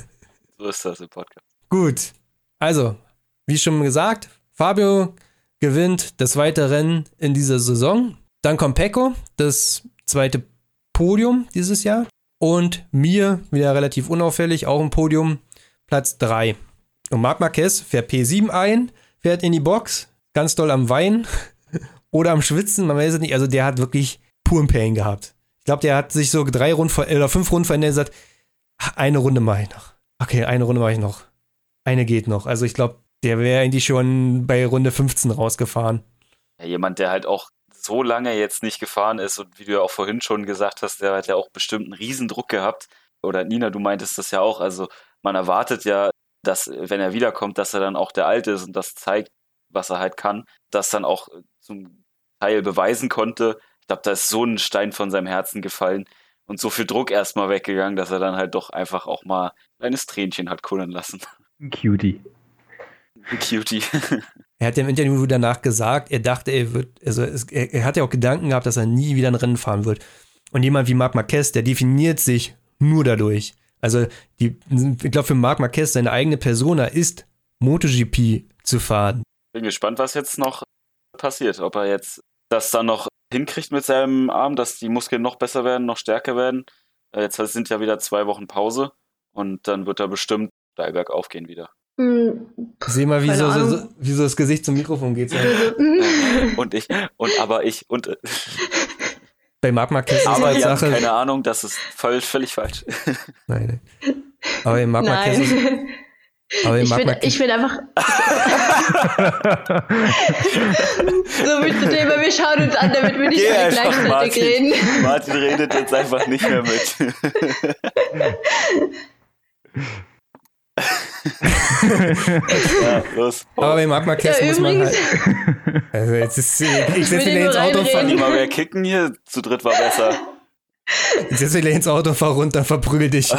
So ist das im Podcast.
Gut, also, wie schon gesagt, Fabio gewinnt das zweite Rennen in dieser Saison. Dann kommt Pecco, das zweite Podium dieses Jahr. Und mir, wieder relativ unauffällig, auch ein Podium, Platz drei. Und Marc Marquez fährt P sieben ein, fährt in die Box, ganz doll am Weinen oder am Schwitzen, man weiß es nicht. Also der hat wirklich puren Pain gehabt. Ich glaube, der hat sich so drei Runden oder fünf Runden verändert und gesagt, eine Runde mache ich noch. Okay, eine Runde mache ich noch. Eine geht noch. Also ich glaube, der wäre eigentlich schon bei Runde fünfzehn rausgefahren.
Ja, jemand, der halt auch so lange jetzt nicht gefahren ist und wie du ja auch vorhin schon gesagt hast, der hat ja auch bestimmt einen Riesendruck gehabt. Oder Nina, du meintest das ja auch. Also man erwartet ja, dass, wenn er wiederkommt, dass er dann auch der Alte ist und das zeigt, was er halt kann, das dann auch zum Teil beweisen konnte. Ich glaube, da ist so ein Stein von seinem Herzen gefallen und so viel Druck erstmal weggegangen, dass er dann halt doch einfach auch mal ein kleines Tränchen hat kullern lassen.
Cutie.
Cutie.
Er hat ja im Interview danach gesagt, er dachte, er wird, also es, er, er hat ja auch Gedanken gehabt, dass er nie wieder ein Rennen fahren wird. Und jemand wie Marc Marquez, der definiert sich nur dadurch. Also die, ich glaube, für Marc Marquez, seine eigene Persona ist, MotoGP zu fahren.
Bin gespannt, was jetzt noch passiert. Ob er jetzt das dann noch hinkriegt mit seinem Arm, dass die Muskeln noch besser werden, noch stärker werden. Jetzt sind ja wieder zwei Wochen Pause und dann wird er bestimmt steil bergauf gehen wieder.
Hm,
Sieh mal, wie so, so, wie so das Gesicht zum Mikrofon geht.
und ich, und aber ich, und
bei Marc Marquez ist
aber
die Sache.
Keine Ahnung, das ist voll, völlig falsch.
Nein, nein. Aber bei Marc Marquez ist. Aber
ich finde find einfach. so mit dem Thema, wir schauen uns an, damit wir nicht
Geh
alle gleichzeitig
Martin,
reden.
Martin redet jetzt einfach nicht mehr mit. ja, los.
Aber bei Marc Marquez
ja,
muss man halt. Also jetzt ist, ich setze wieder ins Auto und fahre.
Die mal, wer kicken hier zu dritt war besser.
Ich setze wieder ins Auto und fahr runter, verprügel dich.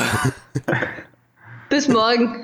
Bis morgen.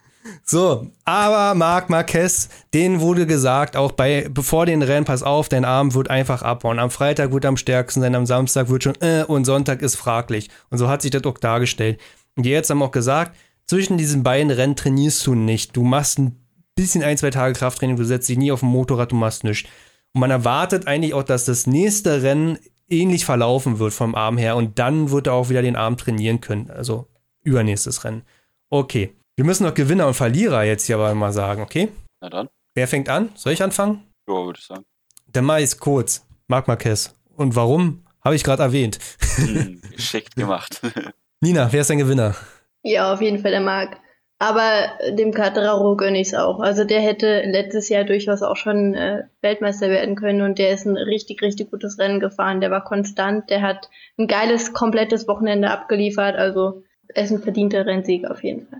So, aber Marc Marquez, denen wurde gesagt, auch bei, bevor den Rennen, pass auf, dein Arm wird einfach abbauen. Am Freitag wird am stärksten sein, am Samstag wird schon, äh, und Sonntag ist fraglich. Und so hat sich das auch dargestellt. Und die jetzt haben auch gesagt, zwischen diesen beiden Rennen trainierst du nicht. Du machst ein bisschen ein, zwei Tage Krafttraining, du setzt dich nie auf ein Motorrad, du machst nichts. Und man erwartet eigentlich auch, dass das nächste Rennen ähnlich verlaufen wird vom Arm her und dann wird er auch wieder den Arm trainieren können. Also übernächstes Rennen. Okay. Wir müssen noch Gewinner und Verlierer jetzt hier aber mal sagen, okay?
Na dann.
Wer fängt an? Soll ich anfangen?
Ja, würde ich sagen.
Der Mai ist kurz. Marc Marquez. Und warum? Habe ich gerade erwähnt.
Hm, geschickt gemacht.
Nina, wer ist dein Gewinner?
Ja, auf jeden Fall der Marc. Aber dem Quartararo gönne ich es auch. Also der hätte letztes Jahr durchaus auch schon äh, Weltmeister werden können und der ist ein richtig, richtig gutes Rennen gefahren. Der war konstant, der hat ein geiles, komplettes Wochenende abgeliefert. Also er ist ein verdienter Rennsieg auf jeden Fall.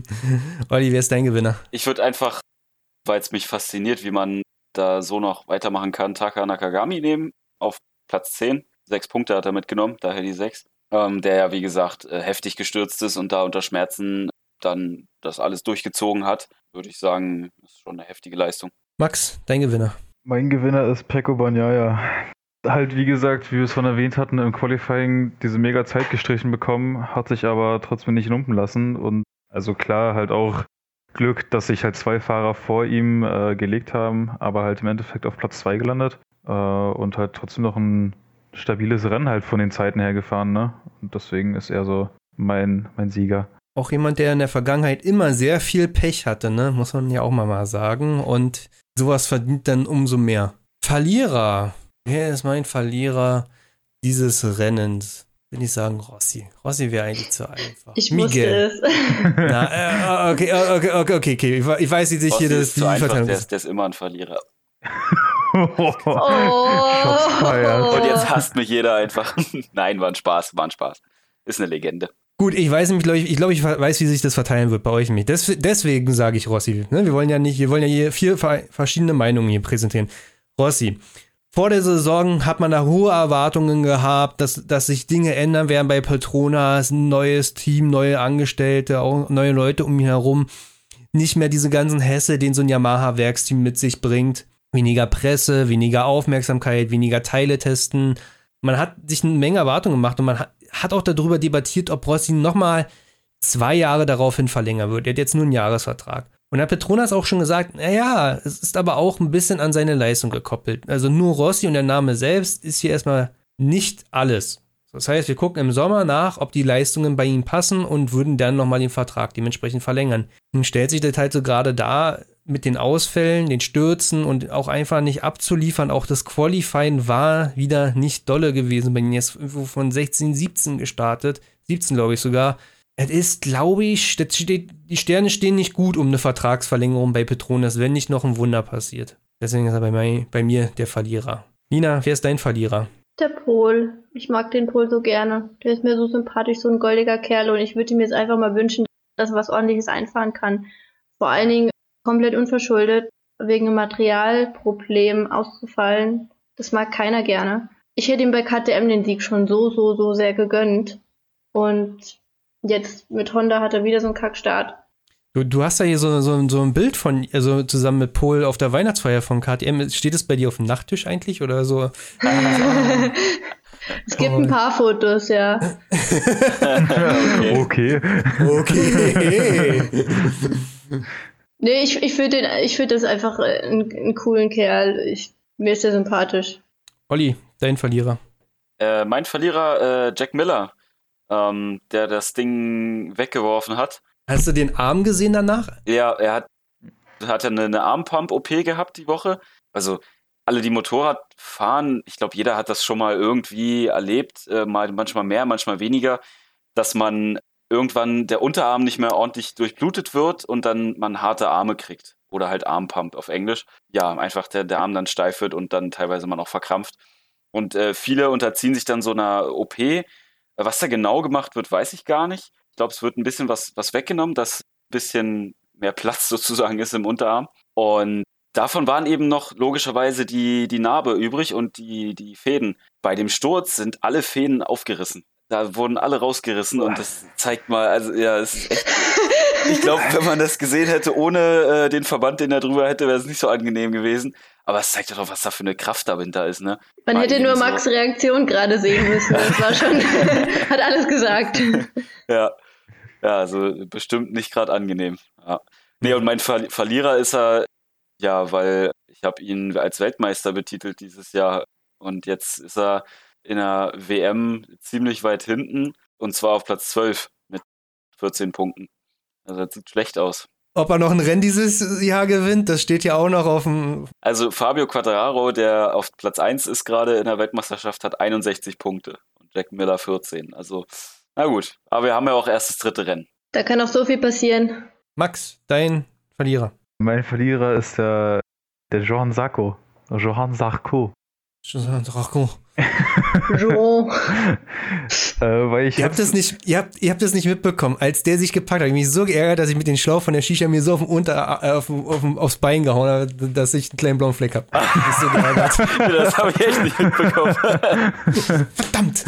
Olli, wer ist dein Gewinner?
Ich würde einfach, weil es mich fasziniert, wie man da so noch weitermachen kann, Taka Nakagami nehmen auf Platz zehn. Sechs Punkte hat er mitgenommen, daher die sechs. Ähm, der ja, wie gesagt, äh, heftig gestürzt ist und da unter Schmerzen dann das alles durchgezogen hat. Würde ich sagen, das ist schon eine heftige Leistung.
Max, dein Gewinner?
Mein Gewinner ist Pecco Bagnaia. Halt, wie gesagt, wie wir es schon erwähnt hatten, im Qualifying diese mega Zeit gestrichen bekommen, hat sich aber trotzdem nicht lumpen lassen und also klar, halt auch Glück, dass sich halt zwei Fahrer vor ihm äh, gelegt haben, aber halt im Endeffekt auf Platz zwei gelandet äh, und halt trotzdem noch ein stabiles Rennen halt von den Zeiten her gefahren, ne? Und deswegen ist er so mein, mein Sieger.
Auch jemand, der in der Vergangenheit immer sehr viel Pech hatte, ne? Muss man ja auch mal, mal sagen. Und sowas verdient dann umso mehr. Verlierer. Wer ist mein Verlierer dieses Rennens? Will ich sagen Rossi. Rossi wäre eigentlich zu einfach.
Ich Miguel. Wusste es.
Na, äh, okay, okay, okay, okay, okay. Ich, ich weiß, wie sich
Rossi
hier das
ist zu einfach, der ist, der ist immer ein Verlierer.
Oh.
Und jetzt hasst mich jeder einfach. Nein, war ein Spaß, war ein Spaß. Ist eine Legende.
Gut, ich weiß nämlich, glaube ich, ich glaube, ich weiß, wie sich das verteilen wird bei euch und mich. Des, deswegen sage ich Rossi. Ne? Wir wollen ja nicht, wir wollen ja hier vier verschiedene Meinungen hier präsentieren. Rossi. Vor der Saison hat man da hohe Erwartungen gehabt, dass, dass sich Dinge ändern werden bei Petronas, ein neues Team, neue Angestellte, auch neue Leute um ihn herum. Nicht mehr diese ganzen Hässe, den so ein Yamaha-Werksteam mit sich bringt. Weniger Presse, weniger Aufmerksamkeit, weniger Teile testen. Man hat sich eine Menge Erwartungen gemacht und man hat, hat auch darüber debattiert, ob Rossi nochmal zwei Jahre daraufhin verlängern wird. Er hat jetzt nur einen Jahresvertrag. Und hat Petronas auch schon gesagt, naja, es ist aber auch ein bisschen an seine Leistung gekoppelt. Also nur Rossi und der Name selbst ist hier erstmal nicht alles. Das heißt, wir gucken im Sommer nach, ob die Leistungen bei ihm passen und würden dann nochmal den Vertrag dementsprechend verlängern. Nun stellt sich das halt so gerade da mit den Ausfällen, den Stürzen und auch einfach nicht abzuliefern. Auch das Qualifying war wieder nicht dolle gewesen. Bei ihm jetzt von sechzehn, siebzehn gestartet. siebzehn glaube ich sogar. Es ist, glaube ich, das steht, die Sterne stehen nicht gut um eine Vertragsverlängerung bei Petronas, wenn nicht noch ein Wunder passiert. Deswegen ist er bei, mein, bei mir der Verlierer. Nina, wer ist dein Verlierer?
Der Pol. Ich mag den Pol so gerne. Der ist mir so sympathisch, so ein goldiger Kerl und ich würde ihm jetzt einfach mal wünschen, dass er was Ordentliches einfahren kann. Vor allen Dingen komplett unverschuldet, wegen einem Materialproblem auszufallen. Das mag keiner gerne. Ich hätte ihm bei K T M den Sieg schon so, so, so sehr gegönnt. Und jetzt mit Honda hat er wieder so einen Kackstart.
Du, du hast ja hier so, so, so ein Bild von, also zusammen mit Pol auf der Weihnachtsfeier von K T M. Steht es bei dir auf dem Nachttisch eigentlich oder so?
Es gibt ein paar Fotos, ja.
Okay.
Okay.
Nee, ich, ich finde ich find das einfach einen, einen coolen Kerl. Ich, mir ist der sympathisch.
Olli, dein Verlierer.
Äh, mein Verlierer, äh, Jack Miller, ähm, der das Ding weggeworfen hat.
Hast du den Arm gesehen danach?
Ja, er hat, hat eine, eine Armpump-O P gehabt die Woche. Also alle, die Motorrad fahren, ich glaube, jeder hat das schon mal irgendwie erlebt, äh, mal, manchmal mehr, manchmal weniger, dass man irgendwann der Unterarm nicht mehr ordentlich durchblutet wird und dann man harte Arme kriegt. Oder halt Armpump auf Englisch. Ja, einfach der, der Arm dann steif wird und dann teilweise man auch verkrampft. Und äh, viele unterziehen sich dann so einer O P. Was da genau gemacht wird, weiß ich gar nicht. Ich glaube, es wird ein bisschen was, was weggenommen, dass ein bisschen mehr Platz sozusagen ist im Unterarm. Und davon waren eben noch logischerweise die, die Narbe übrig und die, die Fäden. Bei dem Sturz sind alle Fäden aufgerissen. Da wurden alle rausgerissen und das zeigt mal, also ja, es ist echt. Ich glaube, wenn man das gesehen hätte ohne äh, den Verband, den er drüber hätte, wäre es nicht so angenehm gewesen. Aber es zeigt doch, was da für eine Kraft dahinter ist, ne?
Man
War
hätte nur
so.
Max' Reaktion gerade sehen müssen. Das war schon, hat alles gesagt.
Ja, ja, also bestimmt nicht gerade angenehm. Ja. Nee, und mein Ver- Verlierer ist er, ja, weil ich habe ihn als Weltmeister betitelt dieses Jahr und jetzt ist er in der W M ziemlich weit hinten und zwar auf Platz zwölf mit vierzehn Punkten. Also das sieht schlecht aus.
Ob er noch ein Rennen dieses Jahr gewinnt, das steht ja auch noch auf dem...
Also Fabio Quartararo, der auf Platz eins ist gerade in der Weltmeisterschaft, hat einundsechzig Punkte und Jack Miller vierzehn. Also, na gut. Aber wir haben ja auch erst das dritte Rennen.
Da kann auch so viel passieren.
Max, dein Verlierer.
Mein Verlierer ist der, der Johann Sarko. Johann Sarko.
Draco.
Jo.
äh, weil ich
Ihr habt das nicht, ihr habt, ihr habt das nicht mitbekommen. Als der sich gepackt hat, habe ich mich so geärgert, dass ich mit dem Schlauch von der Shisha mir so auf dem Unter, äh, auf, auf, aufs Bein gehauen habe, dass ich einen kleinen blauen Fleck habe. So geärgert.
Das habe ich echt nicht mitbekommen.
Verdammt!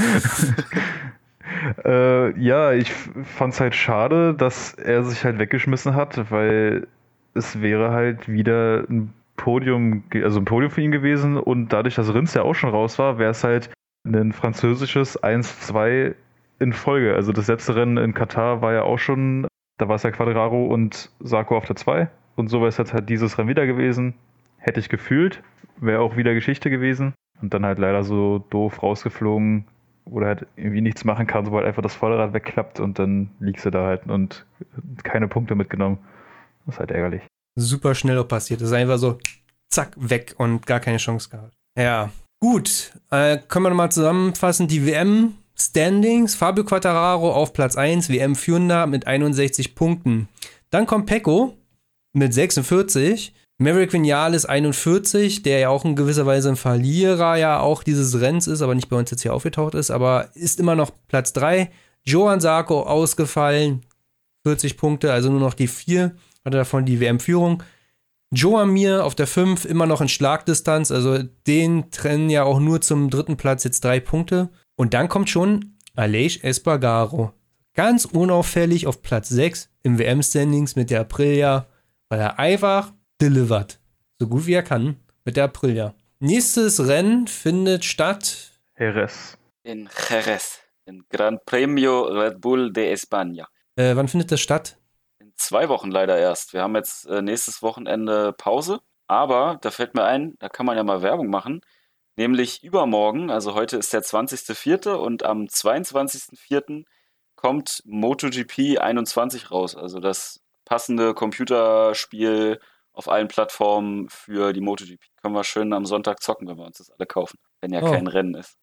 äh, ja, ich fand es halt schade, dass er sich halt weggeschmissen hat, weil es wäre halt wieder ein Podium, also ein Podium für ihn gewesen und dadurch, dass Rins ja auch schon raus war, wäre es halt ein französisches eins zwei in Folge. Also das letzte Rennen in Katar war ja auch schon, da war es ja Quartararo und Sarko auf der zwei und so wäre es jetzt halt dieses Rennen wieder gewesen. Hätte ich gefühlt, wäre auch wieder Geschichte gewesen und dann halt leider so doof rausgeflogen, wo er halt irgendwie nichts machen kann, sobald einfach das Vorderrad wegklappt und dann liegst du da halt und keine Punkte mitgenommen. Das ist halt ärgerlich.
Super schnell auch passiert. Das ist einfach so, zack, weg und gar keine Chance gehabt. Ja, gut. Äh, können wir nochmal zusammenfassen. Die W M-Standings. Fabio Quartararo auf Platz eins, W M-Führender mit einundsechzig Punkten. Dann kommt Pecco mit sechsundvierzig. Maverick Vinales einundvierzig, der ja auch in gewisser Weise ein Verlierer ja auch dieses Rennens ist, aber nicht bei uns jetzt hier aufgetaucht ist, aber ist immer noch Platz drei. Johann Sarko ausgefallen, vierzig Punkte, also nur noch die vier. Hatte davon die W M-Führung. Joan Mir auf der fünf, immer noch in Schlagdistanz, also den trennen ja auch nur zum dritten Platz jetzt drei Punkte. Und dann kommt schon Aleix Espargaro. Ganz unauffällig auf Platz sechs im W M-Standings mit der Aprilia, weil er einfach delivert. So gut wie er kann mit der Aprilia. Nächstes Rennen findet statt.
Jerez.
In Jerez. In Gran Premio Red Bull de España.
Äh, wann findet das statt?
In zwei Wochen leider erst. Wir haben jetzt äh, nächstes Wochenende Pause. Aber da fällt mir ein, da kann man ja mal Werbung machen. Nämlich übermorgen, also heute ist der zwanzigster vierte und am zweiundzwanzigster vierte kommt MotoGP einundzwanzig raus. Also das passende Computerspiel auf allen Plattformen für die MotoGP. Können wir schön am Sonntag zocken, wenn wir uns das alle kaufen. Wenn ja
Oh.
kein Rennen ist.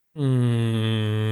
Mm.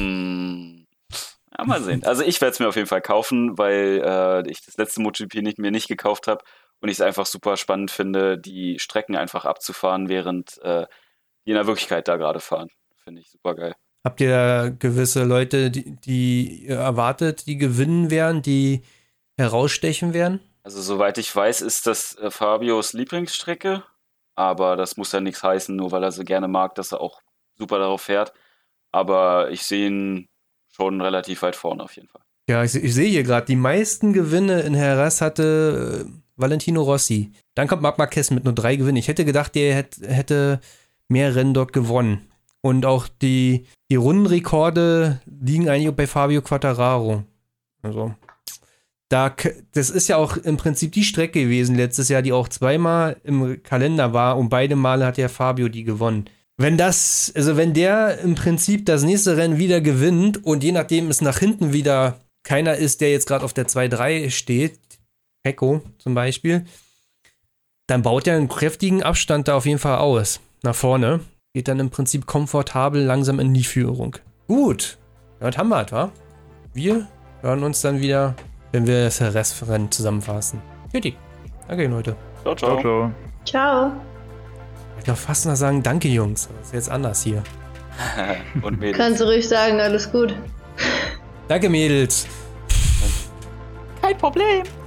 Hm. Ja, mal sehen. Also ich werde es mir auf jeden Fall kaufen, weil äh, ich das letzte MotoGP nicht, mir nicht gekauft habe und ich es einfach super spannend finde, die Strecken einfach abzufahren, während äh, die in der Wirklichkeit da gerade fahren. Finde ich super geil.
Habt ihr da gewisse Leute, die, die ihr erwartet, die gewinnen werden, die herausstechen werden?
Also soweit ich weiß, ist das äh, Fabios Lieblingsstrecke, aber das muss ja nichts heißen, nur weil er so gerne mag, dass er auch super darauf fährt. Aber ich sehe ihn schon relativ weit vorne auf jeden Fall.
Ja, ich, ich sehe hier gerade, die meisten Gewinne in Jerez hatte äh, Valentino Rossi. Dann kommt Marc Marquez mit nur drei Gewinnen. Ich hätte gedacht, der hätte, hätte mehr Rennen dort gewonnen. Und auch die, die Rundenrekorde liegen eigentlich bei Fabio Quartararo. Also, da, das ist ja auch im Prinzip die Strecke gewesen letztes Jahr, die auch zweimal im Kalender war und beide Male hat ja Fabio die gewonnen. Wenn das, also wenn der im Prinzip das nächste Rennen wieder gewinnt und je nachdem es nach hinten wieder keiner ist, der jetzt gerade auf der zwei drei steht, Pecco zum Beispiel, dann baut er einen kräftigen Abstand da auf jeden Fall aus. Nach vorne. Geht dann im Prinzip komfortabel langsam in die Führung. Gut. Damit haben wir es, wa? Wir hören uns dann wieder, wenn wir das Restrennen zusammenfassen. Gut. Danke, Leute.
Ciao, ciao.
Ciao, ciao.
Ciao.
Ich darf fast noch sagen, danke, Jungs. Das ist jetzt anders hier.
Und Mädels.
Kannst du ruhig sagen, alles gut.
Danke, Mädels.
Kein Problem.